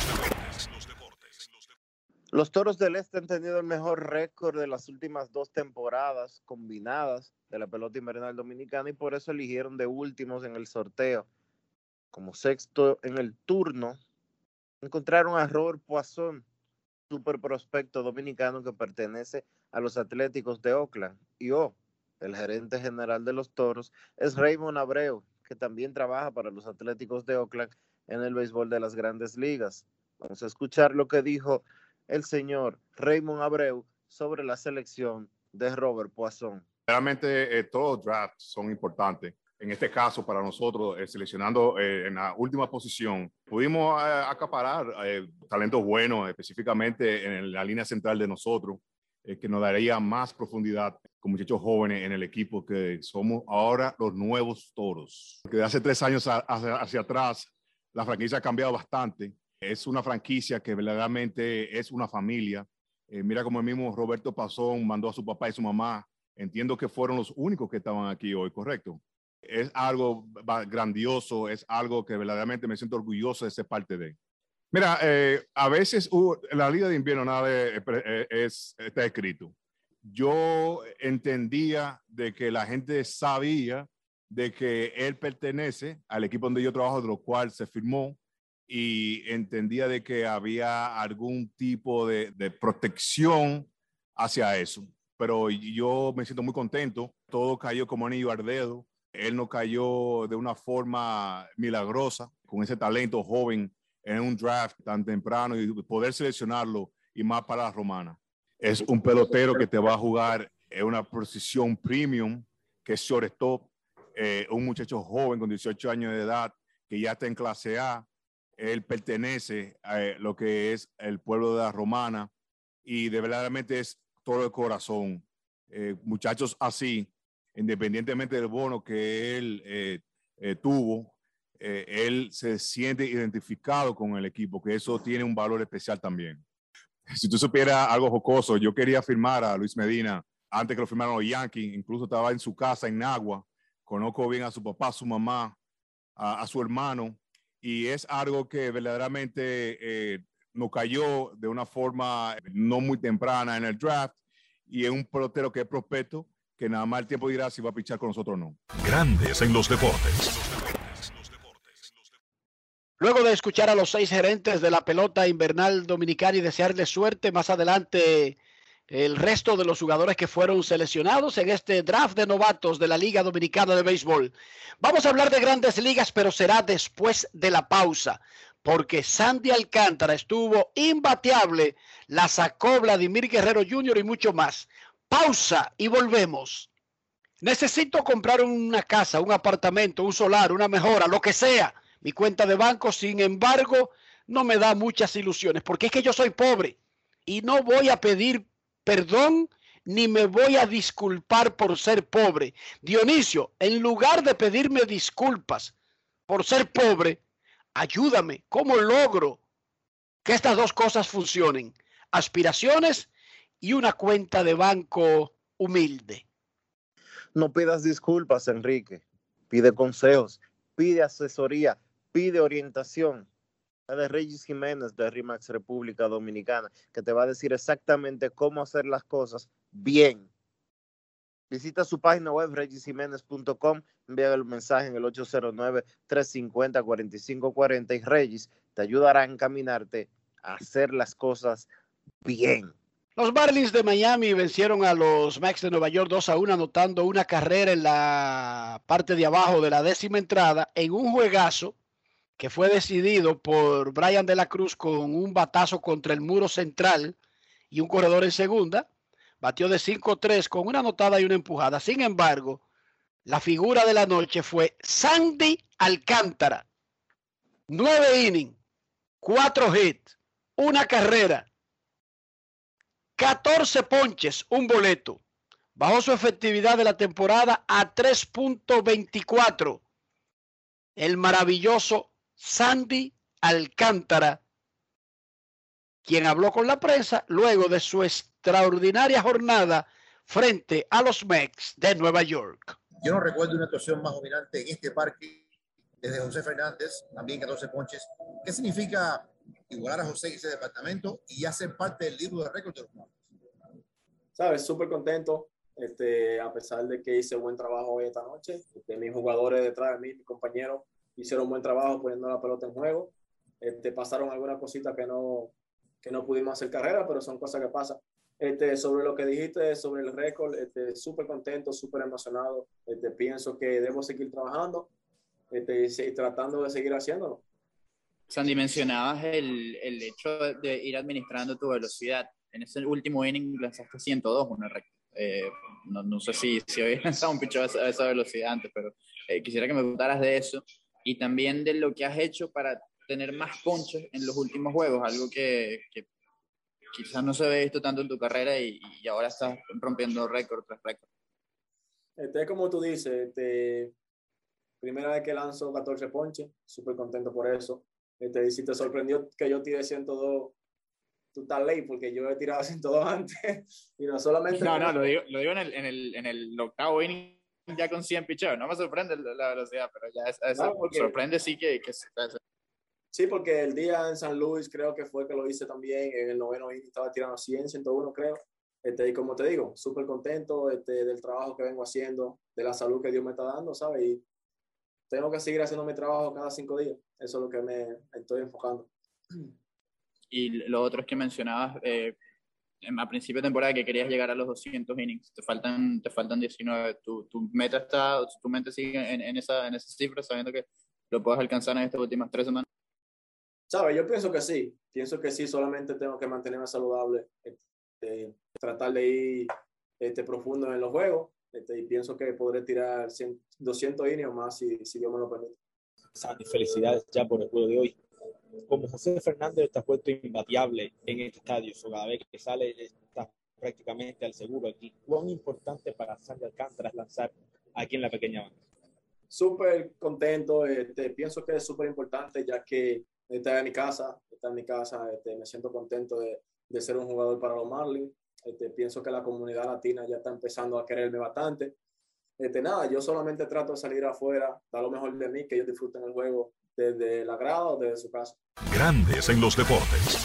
Los Toros del Este han tenido el mejor récord de las últimas dos temporadas combinadas de la pelota invernal dominicana y por eso eligieron de últimos en el sorteo. Como sexto en el turno, encontraron a Robert Puason, super prospecto dominicano que pertenece a los Atléticos de Oakland. Y oh, el gerente general de los Toros es Raymond Abreu, que también trabaja para los Atléticos de Oakland en el béisbol de las Grandes Ligas. Vamos a escuchar lo que dijo el señor Raymond Abreu sobre la selección de Robert Puason. Realmente eh, todos los drafts son importantes. en este caso para nosotros, eh, seleccionando eh, en la última posición, pudimos eh, acaparar eh, talentos buenos, específicamente en la línea central de nosotros, eh, que nos daría más profundidad con muchachos jóvenes en el equipo, que somos ahora los nuevos Toros. Que de hace tres años a, hacia, hacia atrás, la franquicia ha cambiado bastante. Es una franquicia que verdaderamente es una familia. Eh, mira como el mismo Roberto Pazón mandó a su papá y su mamá. Entiendo que fueron los únicos que estaban aquí hoy, ¿correcto? Es algo grandioso, es algo que verdaderamente me siento orgulloso de ser parte de. Mira, eh, a veces uh, la Liga de Invierno nada es, es, está escrito. Yo entendía de que la gente sabía de que él pertenece al equipo donde yo trabajo, de lo cual se firmó, y entendía de que había algún tipo de, de protección hacia eso. Pero yo me siento muy contento. Todo cayó como anillo al dedo. Él no cayó de una forma milagrosa, con ese talento joven en un draft tan temprano y poder seleccionarlo, y más para la Romana. Es un pelotero que te va a jugar en una posición premium, que es shortstop, eh, un muchacho joven con dieciocho años de edad que ya está en clase A. Él pertenece a eh, lo que es el pueblo de la Romana, y de verdaderamente es todo el corazón. Eh, muchachos así, independientemente del bono que él eh, eh, tuvo, eh, él se siente identificado con el equipo, que eso tiene un valor especial también. Si tú supieras algo jocoso, yo quería firmar a Luis Medina antes que lo firmaran los Yankees. Incluso estaba en su casa en Nagua. Conozco bien a su papá, a su mamá, a, a su hermano, y es algo que verdaderamente eh, nos cayó de una forma no muy temprana en el draft, y es un pelotero que es prospecto, que nada más el tiempo dirá si va a pichar con nosotros o no. Grandes en los deportes. Luego de escuchar a los seis gerentes de la pelota invernal dominicana y desearles suerte más adelante, el resto de los jugadores que fueron seleccionados en este draft de novatos de la Liga Dominicana de Béisbol. Vamos a hablar de Grandes Ligas, pero será después de la pausa, porque Sandy Alcántara estuvo imbateable, la sacó Vladimir Guerrero junior y mucho más. Pausa y volvemos. Necesito comprar una casa, un apartamento, un solar, una mejora, lo que sea. Mi cuenta de banco, sin embargo, no me da muchas ilusiones, porque es que yo soy pobre y no voy a pedir perdón ni me voy a disculpar por ser pobre. Dionisio, en lugar de pedirme disculpas por ser pobre, ayúdame. ¿Cómo logro que estas dos cosas funcionen? Aspiraciones y una cuenta de banco humilde. No pidas disculpas, Enrique. Pide consejos, pide asesoría, pide orientación. La de Regis Jiménez de RIMAX República Dominicana, que te va a decir exactamente cómo hacer las cosas bien. Visita su página web regis jiménez punto com, envía el mensaje en el ocho cero nueve, tres cinco cero, cuatro cinco cuatro cero y Regis te ayudará a encaminarte a hacer las cosas bien. Los Marlins de Miami vencieron a los Mets de Nueva York dos a uno, anotando una carrera en la parte de abajo de la décima entrada en un juegazo que fue decidido por Brian de la Cruz con un batazo contra el muro central y un corredor en segunda. Batió de cinco tres con una anotada y una empujada. Sin embargo, la figura de la noche fue Sandy Alcántara. Nueve innings, cuatro hits, una carrera, catorce ponches, un boleto. Bajó su efectividad de la temporada a tres punto veinticuatro. El maravilloso Sandy Alcántara, quien habló con la prensa luego de su extraordinaria jornada frente a los Mets de Nueva York. Yo no recuerdo una actuación más dominante en este parque desde José Fernández, también catorce ponches. ¿Qué significa igualar a José en ese departamento y ya ser parte del libro de récord de los Marlins? Sabes, súper contento, este, a pesar de que hice buen trabajo hoy esta noche. Este, mis jugadores detrás de mí, mis compañeros, hicieron un buen trabajo poniendo la pelota en juego. Este, pasaron algunas cositas que no, que no pudimos hacer carrera, pero son cosas que pasan. Este, sobre lo que dijiste, sobre el récord, este, súper contento, súper emocionado. Este, pienso que debo seguir trabajando este, y tratando de seguir haciéndolo. Sandy, mencionabas el, el hecho de ir administrando tu velocidad. En ese último inning lanzaste ciento dos, una recta. Eh, no, no sé si, si había lanzado un picheo a esa, a esa velocidad antes, pero eh, quisiera que me contaras de eso y también de lo que has hecho para tener más ponches en los últimos juegos, algo que, que quizás no se había visto tanto en tu carrera y, y ahora estás rompiendo récord tras récord. Este, como tú dices, este, primera vez que lanzo catorce ponches, súper contento por eso. Este, y si te sorprendió que yo tiré ciento dos, tú estás ley porque yo he tirado ciento dos antes. Y no solamente... No, no, lo digo, lo digo en, el, en, el, en el octavo inning ya con cien picheos. No me sorprende la velocidad, pero ya es, es, no, porque... sorprende sí que... que Sí, porque el día en San Luis creo que fue que lo hice también, en el noveno inning estaba tirando cien, ciento uno creo. Este, y como te digo, súper contento este, del trabajo que vengo haciendo, de la salud que Dios me está dando, ¿sabes? Y tengo que seguir haciendo mi trabajo cada cinco días. Eso es lo que me estoy enfocando. Y lo otro es que mencionabas eh, a principio de temporada que querías llegar a los doscientos innings. Te faltan, te faltan diecinueve. Tu, tu meta está, tu mente sigue en, en, esa, en esa cifra, sabiendo que lo puedes alcanzar en estas últimas tres semanas. ¿Sabes? Yo pienso que sí. Pienso que sí, solamente tengo que mantenerme saludable, este, tratar de ir este, profundo en los juegos, este, y pienso que podré tirar cien, doscientos innings o más si, si Dios me lo permite. Sandy, felicidades ya por el juego de hoy. Como José Fernández está puesto imbatiable en este estadio, so cada vez que sale está prácticamente al seguro aquí. ¿Cuán importante para Sandy Alcántara lanzar aquí en la pequeña banda? Súper contento, este, pienso que es súper importante ya que está en mi casa, está en mi casa, este, me siento contento de, de ser un jugador para los Marlins. Este, pienso que la comunidad latina ya está empezando a quererme bastante. Este, nada, yo solamente trato de salir afuera, dar lo mejor de mí, que ellos disfruten el juego desde la grada o desde su casa. Grandes en los deportes.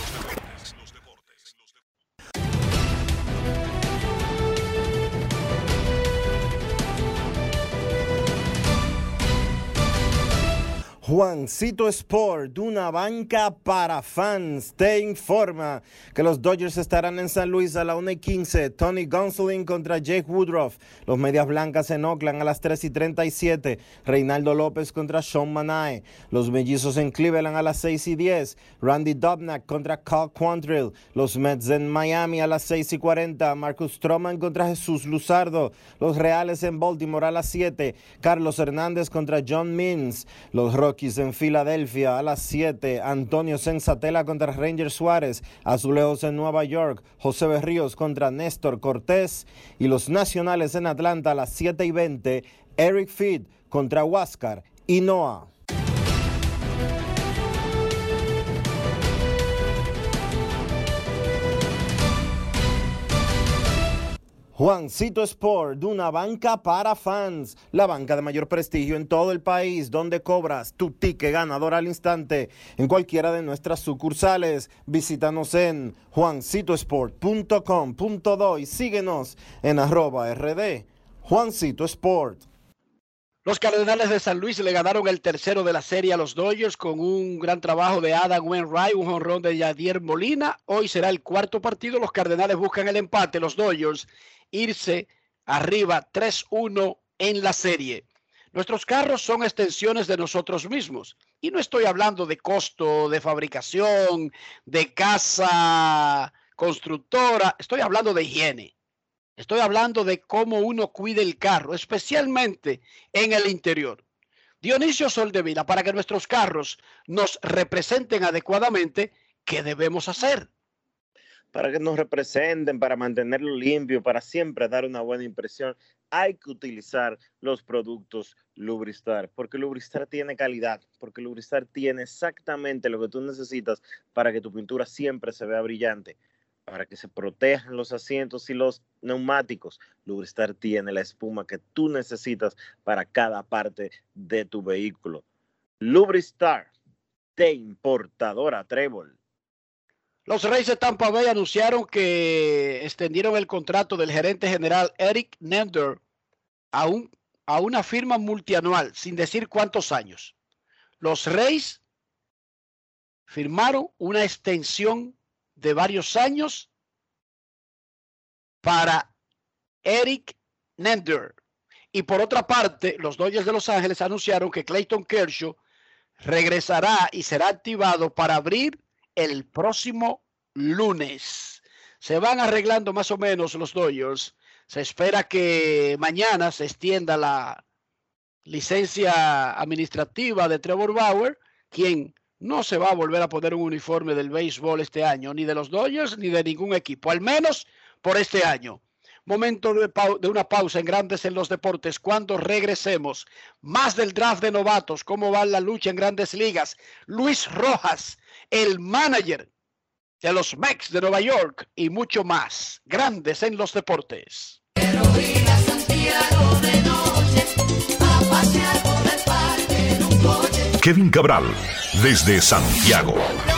Juancito Sport, una banca para fans, te informa que los Dodgers estarán en San Luis a la una y quince. Tony Gonsolin contra Jake Woodruff. Los Medias Blancas en Oakland a las tres y treinta y siete. Reinaldo López contra Sean Manaea. Los Mellizos en Cleveland a las seis y diez. Randy Dobnak contra Cal Quantrill. Los Mets en Miami a las seis y cuarenta. Marcus Stroman contra Jesús Luzardo. Los Reales en Baltimore a las siete. Carlos Hernández contra John Means. Los Rockies en Filadelfia a las siete. Antonio Senzatela contra Ranger Suárez. Azulejos en Nueva York. José Berríos contra Néstor Cortés. Y los Nacionales en Atlanta a las siete y veinte. Eric Feed contra Huáscar y Noah. Juancito Sport, una banca para fans, la banca de mayor prestigio en todo el país, donde cobras tu ticket ganador al instante en cualquiera de nuestras sucursales. Visítanos en juancito sport punto com punto do y síguenos en arroba rd Juancito Sport. Los Cardenales de San Luis le ganaron el tercero de la serie a los Dodgers con un gran trabajo de Adam Wainwright, un jonrón de Yadier Molina. Hoy será el cuarto partido. Los Cardenales buscan el empate. Los Dodgers irse arriba tres uno en la serie. Nuestros carros son extensiones de nosotros mismos. Y no estoy hablando de costo, de fabricación, de casa constructora. Estoy hablando de higiene. Estoy hablando de cómo uno cuida el carro, especialmente en el interior. Dionisio Soldevila, para que nuestros carros nos representen adecuadamente, ¿qué debemos hacer? Para que nos representen, para mantenerlo limpio, para siempre dar una buena impresión, hay que utilizar los productos Lubristar, porque Lubristar tiene calidad, porque Lubristar tiene exactamente lo que tú necesitas para que tu pintura siempre se vea brillante. Para que se protejan los asientos y los neumáticos, Lubristar tiene la espuma que tú necesitas para cada parte de tu vehículo. Lubristar, de importadora Trébol. Los Reyes de Tampa Bay anunciaron que extendieron el contrato del gerente general Eric Nender a, un, a una firma multianual, sin decir cuántos años. Los Reyes firmaron una extensión de varios años para Eric Nender. Y por otra parte, los Dodgers de Los Ángeles anunciaron que Clayton Kershaw regresará y será activado para abrir el próximo lunes. Se van arreglando más o menos los Dodgers Se espera que mañana se extienda la licencia administrativa de Trevor Bauer, quien no se va a volver a poner un uniforme del béisbol este año, ni de los Dodgers ni de ningún equipo, al menos por este año. Momento de, de una pausa en Grandes en los Deportes. Cuando regresemos, más del draft de novatos, cómo va la lucha en Grandes Ligas. Luis Rojas, el manager de los Mets de Nueva York y mucho más. Grandes en los Deportes. Quiero ir a Santiago de noche, a pasear por el parque en un coche. Kevin Cabral, desde Santiago.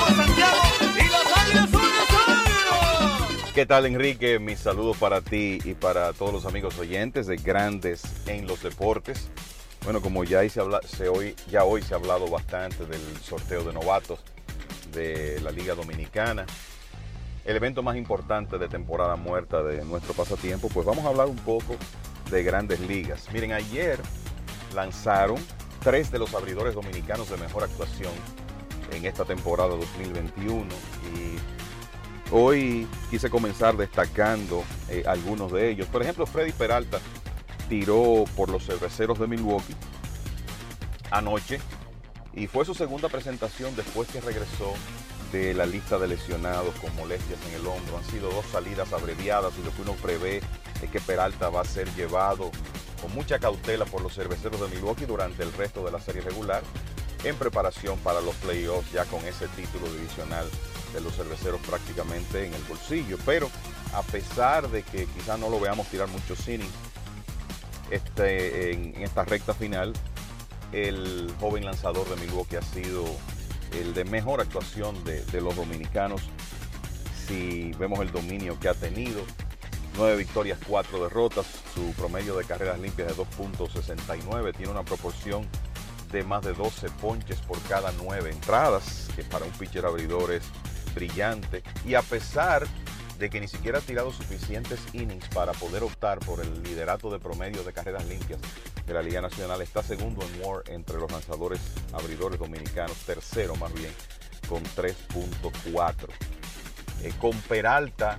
¿Qué tal, Enrique? Mis saludos para ti y para todos los amigos oyentes de Grandes en los Deportes. Bueno, como ya, se habla, se hoy, ya hoy se ha hablado bastante del sorteo de novatos de la Liga Dominicana, el evento más importante de temporada muerta de nuestro pasatiempo, pues vamos a hablar un poco de Grandes Ligas. Miren, ayer lanzaron tres de los abridores dominicanos de mejor actuación en esta temporada dos mil veintiuno y hoy quise comenzar destacando eh, algunos de ellos. Por ejemplo, Freddy Peralta tiró por los Cerveceros de Milwaukee anoche y fue su segunda presentación después que regresó de la lista de lesionados con molestias en el hombro. Han sido dos salidas abreviadas y lo que uno prevé es que Peralta va a ser llevado con mucha cautela por los Cerveceros de Milwaukee durante el resto de la serie regular en preparación para los playoffs, ya con ese título divisional de los Cerveceros prácticamente en el bolsillo. Pero a pesar de que quizás no lo veamos tirar muchos innings este, en, en esta recta final, el joven lanzador de Milwaukee ha sido el de mejor actuación de, de los dominicanos. Si vemos el dominio que ha tenido, nueve victorias, cuatro derrotas, su promedio de carreras limpias de dos punto sesenta y nueve, tiene una proporción de más de doce ponches por cada nueve entradas, que para un pitcher abridor es brillante, y a pesar de que ni siquiera ha tirado suficientes innings para poder optar por el liderato de promedio de carreras limpias de la Liga Nacional, está segundo en W A R entre los lanzadores abridores dominicanos, tercero más bien, con tres punto cuatro. Eh, con Peralta,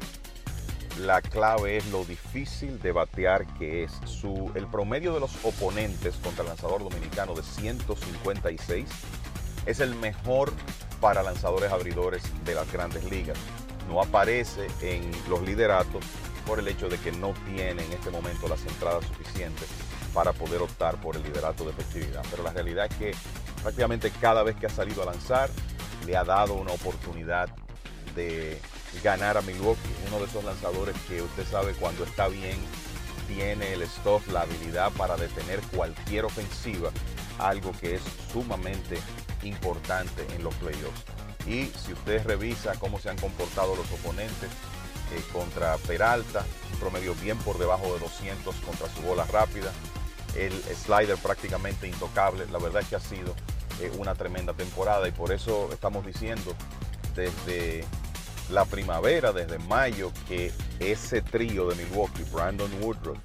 la clave es lo difícil de batear que es. Su, el promedio de los oponentes contra el lanzador dominicano de ciento cincuenta y seis es el mejor para lanzadores abridores de las Grandes Ligas. No aparece en los lideratos por el hecho de que no tiene en este momento las entradas suficientes para poder optar por el liderato de efectividad. Pero la realidad es que prácticamente cada vez que ha salido a lanzar le ha dado una oportunidad de ganar a Milwaukee. Uno de esos lanzadores que usted sabe cuando está bien tiene el stuff, la habilidad para detener cualquier ofensiva, algo que es sumamente importante en los playoffs. Y si usted revisa cómo se han comportado los oponentes eh, contra Peralta, un promedio bien por debajo de doscientos contra su bola rápida, el slider prácticamente intocable. La verdad es que ha sido eh, una tremenda temporada y por eso estamos diciendo desde la primavera, desde mayo, que ese trío de Milwaukee, Brandon Woodruff,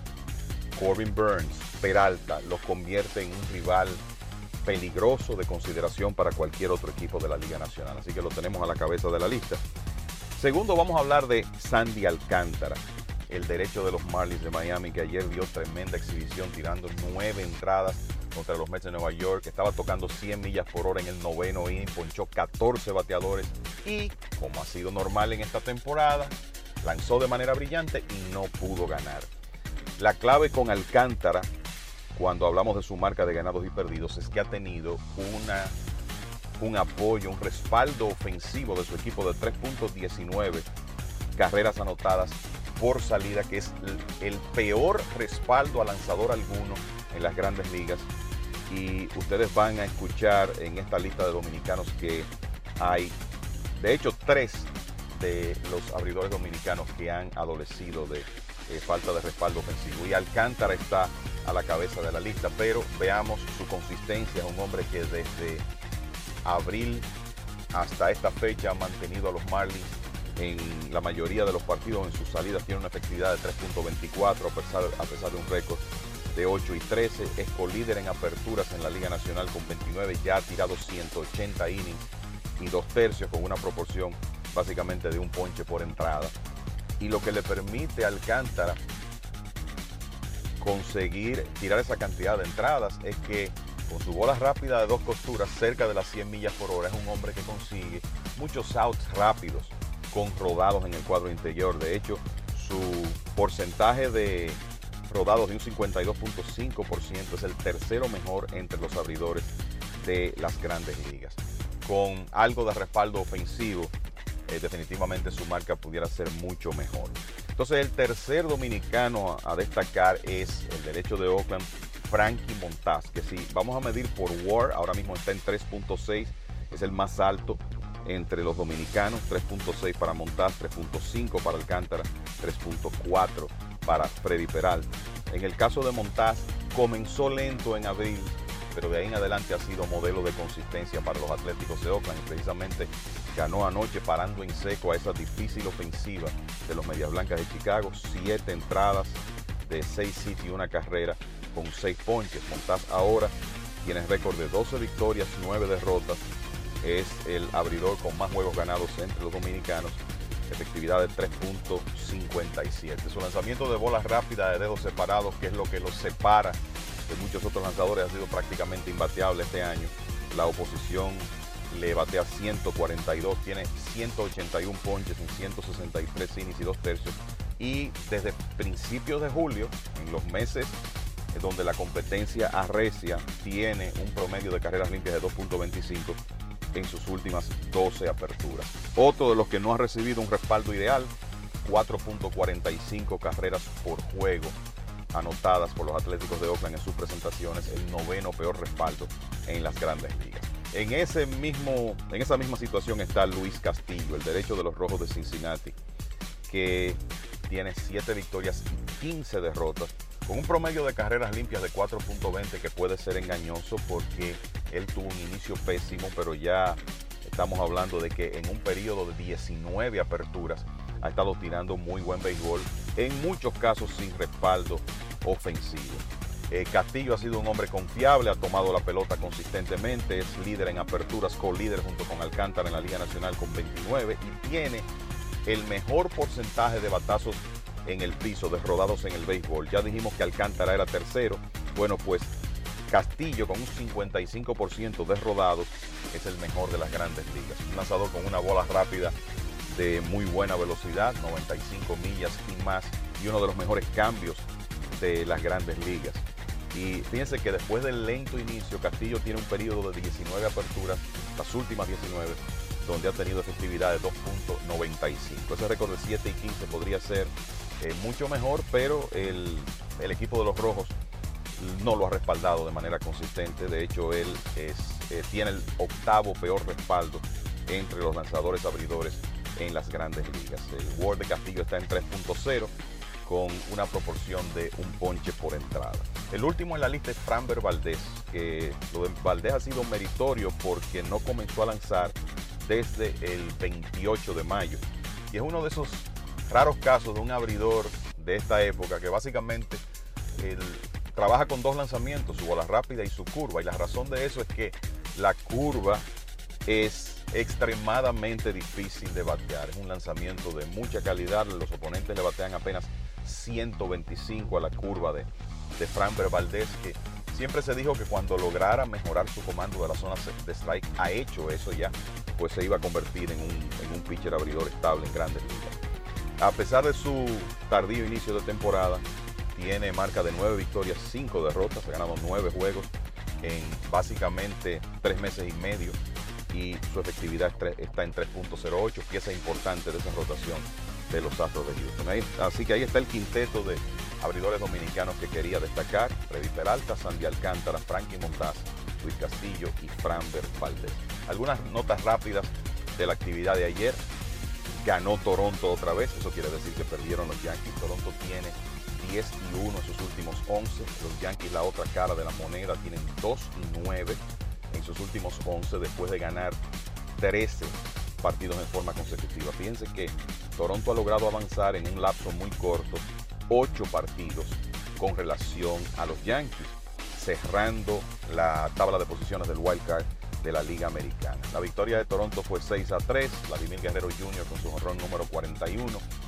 Corbin Burns, Peralta, los convierte en un rival peligroso de consideración para cualquier otro equipo de la Liga Nacional. Así que lo tenemos a la cabeza de la lista. Segundo, vamos a hablar de Sandy Alcántara, el derecho de los Marlins de Miami, que ayer dio tremenda exhibición tirando nueve entradas contra los Mets de Nueva York. Estaba tocando cien millas por hora en el noveno inning, ponchó catorce bateadores y, como ha sido normal en esta temporada, lanzó de manera brillante y no pudo ganar. La clave con Alcántara, cuando hablamos de su marca de ganados y perdidos, es que ha tenido una, un apoyo, un respaldo ofensivo de su equipo de tres punto diecinueve carreras anotadas por salida, que es el, el peor respaldo a lanzador alguno en las Grandes Ligas. Y ustedes van a escuchar en esta lista de dominicanos que hay, de hecho, tres de los abridores dominicanos que han adolecido de eh, falta de respaldo ofensivo. Y Alcántara está a la cabeza de la lista, pero veamos su consistencia. Es un hombre que desde abril hasta esta fecha ha mantenido a los Marlins en la mayoría de los partidos en sus salidas. Tiene una efectividad de tres punto veinticuatro a pesar, a pesar de un récord de ocho y trece. Es colíder en aperturas en la Liga Nacional con veintinueve, ya ha tirado ciento ochenta innings y dos tercios con una proporción básicamente de un ponche por entrada. Y lo que le permite a Alcántara conseguir tirar esa cantidad de entradas es que con su bola rápida de dos costuras cerca de las cien millas por hora es un hombre que consigue muchos outs rápidos con rodados en el cuadro interior. De hecho, su porcentaje de rodados de un cincuenta y dos punto cinco por ciento es el tercero mejor entre los abridores de las grandes ligas. Con algo de respaldo ofensivo, eh, definitivamente su marca pudiera ser mucho mejor. Entonces el tercer dominicano a, a destacar es el derecho de Oakland, Frankie Montas, que si vamos a medir por W A R, ahora mismo está en tres punto seis, es el más alto entre los dominicanos, tres punto seis para Montas, tres punto cinco para Alcántara, tres punto cuatro para Freddy Peralta. En el caso de Montas, comenzó lento en abril, pero de ahí en adelante ha sido modelo de consistencia para los Atléticos de Oakland y precisamente ganó anoche parando en seco a esa difícil ofensiva de los Medias Blancas de Chicago. Siete entradas de seis hits y una carrera con seis ponches. Montas ahora tiene récord de doce victorias, nueve derrotas. Es el abridor con más juegos ganados entre los dominicanos. Efectividad de tres punto cincuenta y siete. Su lanzamiento de bola rápida de dedos separados, que es lo que los separa de muchos otros lanzadores, ha sido prácticamente imbateable este año. La oposición le batea ciento cuarenta y dos, tiene ciento ochenta y uno ponches en ciento sesenta y tres innings y dos tercios. Y desde principios de julio, en los meses donde la competencia arrecia, tiene un promedio de carreras limpias de dos punto veinticinco en sus últimas doce aperturas. Otro de los que no ha recibido un respaldo ideal, cuatro punto cuarenta y cinco carreras por juego anotadas por los Atléticos de Oakland en sus presentaciones, el noveno peor respaldo en las grandes ligas. En, ese mismo, en esa misma situación está Luis Castillo, el derecho de los Rojos de Cincinnati, que tiene siete victorias y quince derrotas, con un promedio de carreras limpias de cuatro punto veinte que puede ser engañoso porque él tuvo un inicio pésimo, pero ya estamos hablando de que en un periodo de diecinueve aperturas ha estado tirando muy buen béisbol, en muchos casos sin respaldo ofensivo. Eh, Castillo ha sido un hombre confiable, ha tomado la pelota consistentemente, es líder en aperturas, co-líder junto con Alcántara en la Liga Nacional con veintinueve y tiene el mejor porcentaje de batazos en el piso, de rodados en el béisbol. Ya dijimos que Alcántara era tercero. Bueno, pues Castillo con un cincuenta y cinco por ciento de rodados es el mejor de las grandes ligas. Un lanzador con una bola rápida de muy buena velocidad, noventa y cinco millas y más, y uno de los mejores cambios de las grandes ligas. Y fíjense que después del lento inicio, Castillo tiene un periodo de diecinueve aperturas, las últimas diecinueve, donde ha tenido efectividad de dos punto noventa y cinco. Ese récord de siete y quince podría ser eh, mucho mejor, pero el, el equipo de los Rojos no lo ha respaldado de manera consistente. De hecho, él es, eh, tiene el octavo peor respaldo entre los lanzadores abridores en las grandes ligas. El W A R de Castillo está en tres punto cero con una proporción de un ponche por entrada. El último en la lista es Framber Valdez, que lo de Valdez ha sido meritorio porque no comenzó a lanzar desde el veintiocho de mayo. Y es uno de esos raros casos de un abridor de esta época que básicamente el, trabaja con dos lanzamientos, su bola rápida y su curva. Y la razón de eso es que la curva es extremadamente difícil de batear. Es un lanzamiento de mucha calidad. Los oponentes le batean apenas ciento veinticinco a la curva de, de Framber Valdez, que siempre se dijo que cuando lograra mejorar su comando de la zona de strike, ha hecho eso ya, pues se iba a convertir en un, en un pitcher abridor estable en grandes ligas. A pesar de su tardío inicio de temporada, tiene marca de nueve victorias, cinco derrotas, ha ganado nueve juegos en básicamente tres meses y medio y su efectividad está en tres punto cero ocho, pieza importante de esa rotación de los Astros de Houston. Ahí, así que ahí está el quinteto de abridores dominicanos que quería destacar: Freddy Peralta, Sandy Alcántara, Frankie Montas, Luis Castillo y Framber Valdez. Algunas notas rápidas de la actividad de ayer. Ganó Toronto otra vez, eso quiere decir que perdieron los Yankees. Toronto tiene diez y uno en sus últimos once. Los Yankees, la otra cara de la moneda, tienen dos y nueve en sus últimos once después de ganar trece partidos en forma consecutiva. Fíjense que Toronto ha logrado avanzar en un lapso muy corto, ocho partidos con relación a los Yankees, cerrando la tabla de posiciones del Wild Card de la Liga Americana. La victoria de Toronto fue seis a tres, Vladimir Guerrero junior con su jonrón número cuarenta y uno,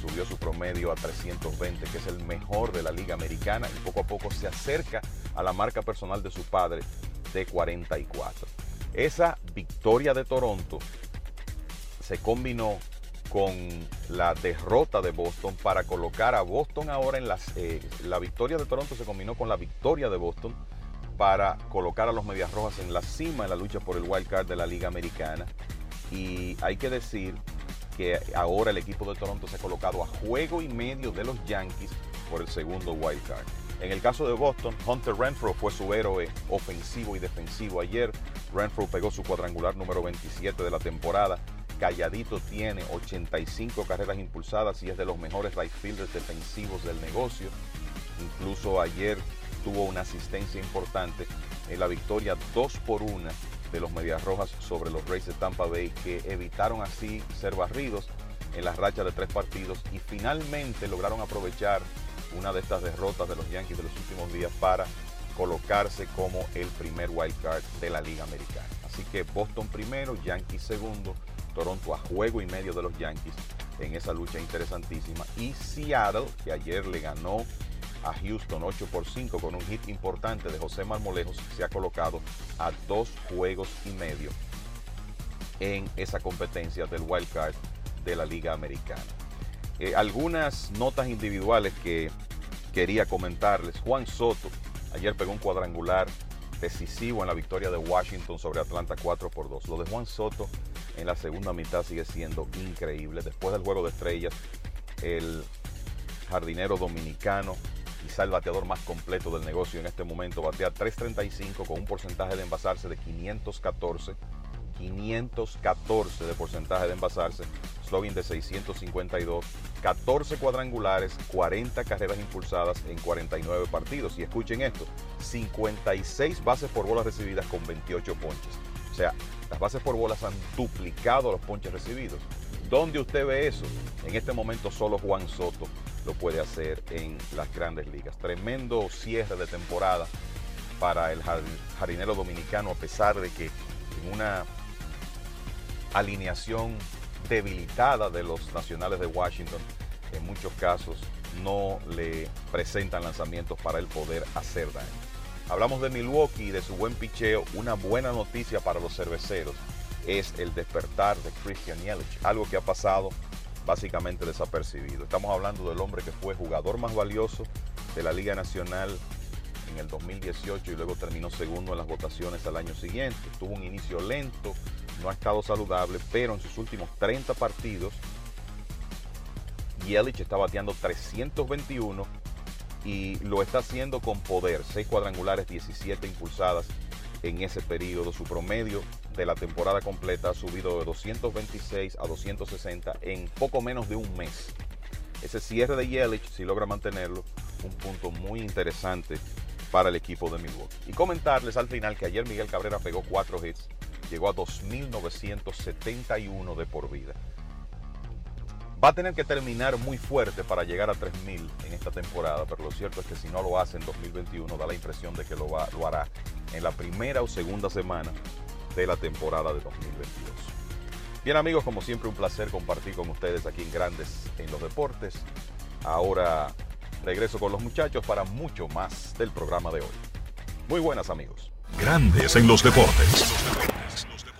subió su promedio a trescientos veinte, que es el mejor de la Liga Americana, y poco a poco se acerca a la marca personal de su padre de cuarenta y cuatro. Esa victoria de Toronto se combinó con la derrota de Boston para colocar a Boston ahora en las... Eh, la victoria de Toronto se combinó con la victoria de Boston para colocar a los Medias Rojas en la cima en la lucha por el wild card de la Liga Americana. Y hay que decir que ahora el equipo de Toronto se ha colocado a juego y medio de los Yankees por el segundo wild card. En el caso de Boston, Hunter Renfroe fue su héroe ofensivo y defensivo ayer. Renfroe pegó su cuadrangular número veintisiete de la temporada. Calladito tiene ochenta y cinco carreras impulsadas y es de los mejores right fielders defensivos del negocio. Incluso ayer tuvo una asistencia importante en la victoria dos por una de los Medias Rojas sobre los Rays de Tampa Bay, que evitaron así ser barridos en las rachas de tres partidos y finalmente lograron aprovechar una de estas derrotas de los Yankees de los últimos días para colocarse como el primer wild card de la Liga Americana. Así que Boston primero, Yankees segundo, Toronto a juego y medio de los Yankees en esa lucha interesantísima, y Seattle, que ayer le ganó a Houston ocho por cinco con un hit importante de José Marmolejos, se ha colocado a dos juegos y medio en esa competencia del wild card de la Liga Americana. Eh, algunas notas individuales que quería comentarles. Juan Soto ayer pegó un cuadrangular decisivo en la victoria de Washington sobre Atlanta cuatro por dos. Lo de Juan Soto en la segunda mitad sigue siendo increíble. Después del juego de estrellas, el jardinero dominicano, quizá el bateador más completo del negocio en este momento, batea tres treinta y cinco con un porcentaje de envasarse de quinientos catorce. quinientos catorce de porcentaje de envasarse, slogan de seiscientos cincuenta y dos, catorce cuadrangulares, cuarenta carreras impulsadas en cuarenta y nueve partidos. Y escuchen esto, cincuenta y seis bases por bolas recibidas con veintiocho ponches. O sea, las bases por bolas han duplicado los ponches recibidos. ¿Dónde usted ve eso? En este momento solo Juan Soto lo puede hacer en las grandes ligas. Tremendo cierre de temporada para el jardinero dominicano, a pesar de que en una alineación debilitada de los Nacionales de Washington, en muchos casos no le presentan lanzamientos para el poder hacer daño. Hablamos de Milwaukee y de su buen picheo. Una buena noticia para los cerveceros es el despertar de Christian Yelich, algo que ha pasado básicamente desapercibido. Estamos hablando del hombre que fue jugador más valioso de la Liga Nacional en el dos mil dieciocho y luego terminó segundo en las votaciones al año siguiente. Tuvo un inicio lento, no ha estado saludable, pero en sus últimos treinta partidos Yelich está bateando trescientos veintiuno y lo está haciendo con poder. seis cuadrangulares, diecisiete impulsadas en ese periodo. Su promedio de la temporada completa ha subido de doscientos veintiséis a doscientos sesenta en poco menos de un mes. Ese cierre de Yelich, si logra mantenerlo, un punto muy interesante para el equipo de Milwaukee. Y comentarles al final que ayer Miguel Cabrera pegó cuatro hits, llegó a dos mil novecientos setenta y uno de por vida. Va a tener que terminar muy fuerte para llegar a tres mil en esta temporada, pero lo cierto es que si no lo hace en dos mil veintiuno, da la impresión de que lo, va, lo hará en la primera o segunda semana de la temporada de dos mil veintidós. Bien amigos, como siempre un placer compartir con ustedes aquí en Grandes en los Deportes. Ahora regreso con los muchachos para mucho más del programa de hoy. Muy buenas amigos. Grandes en los Deportes.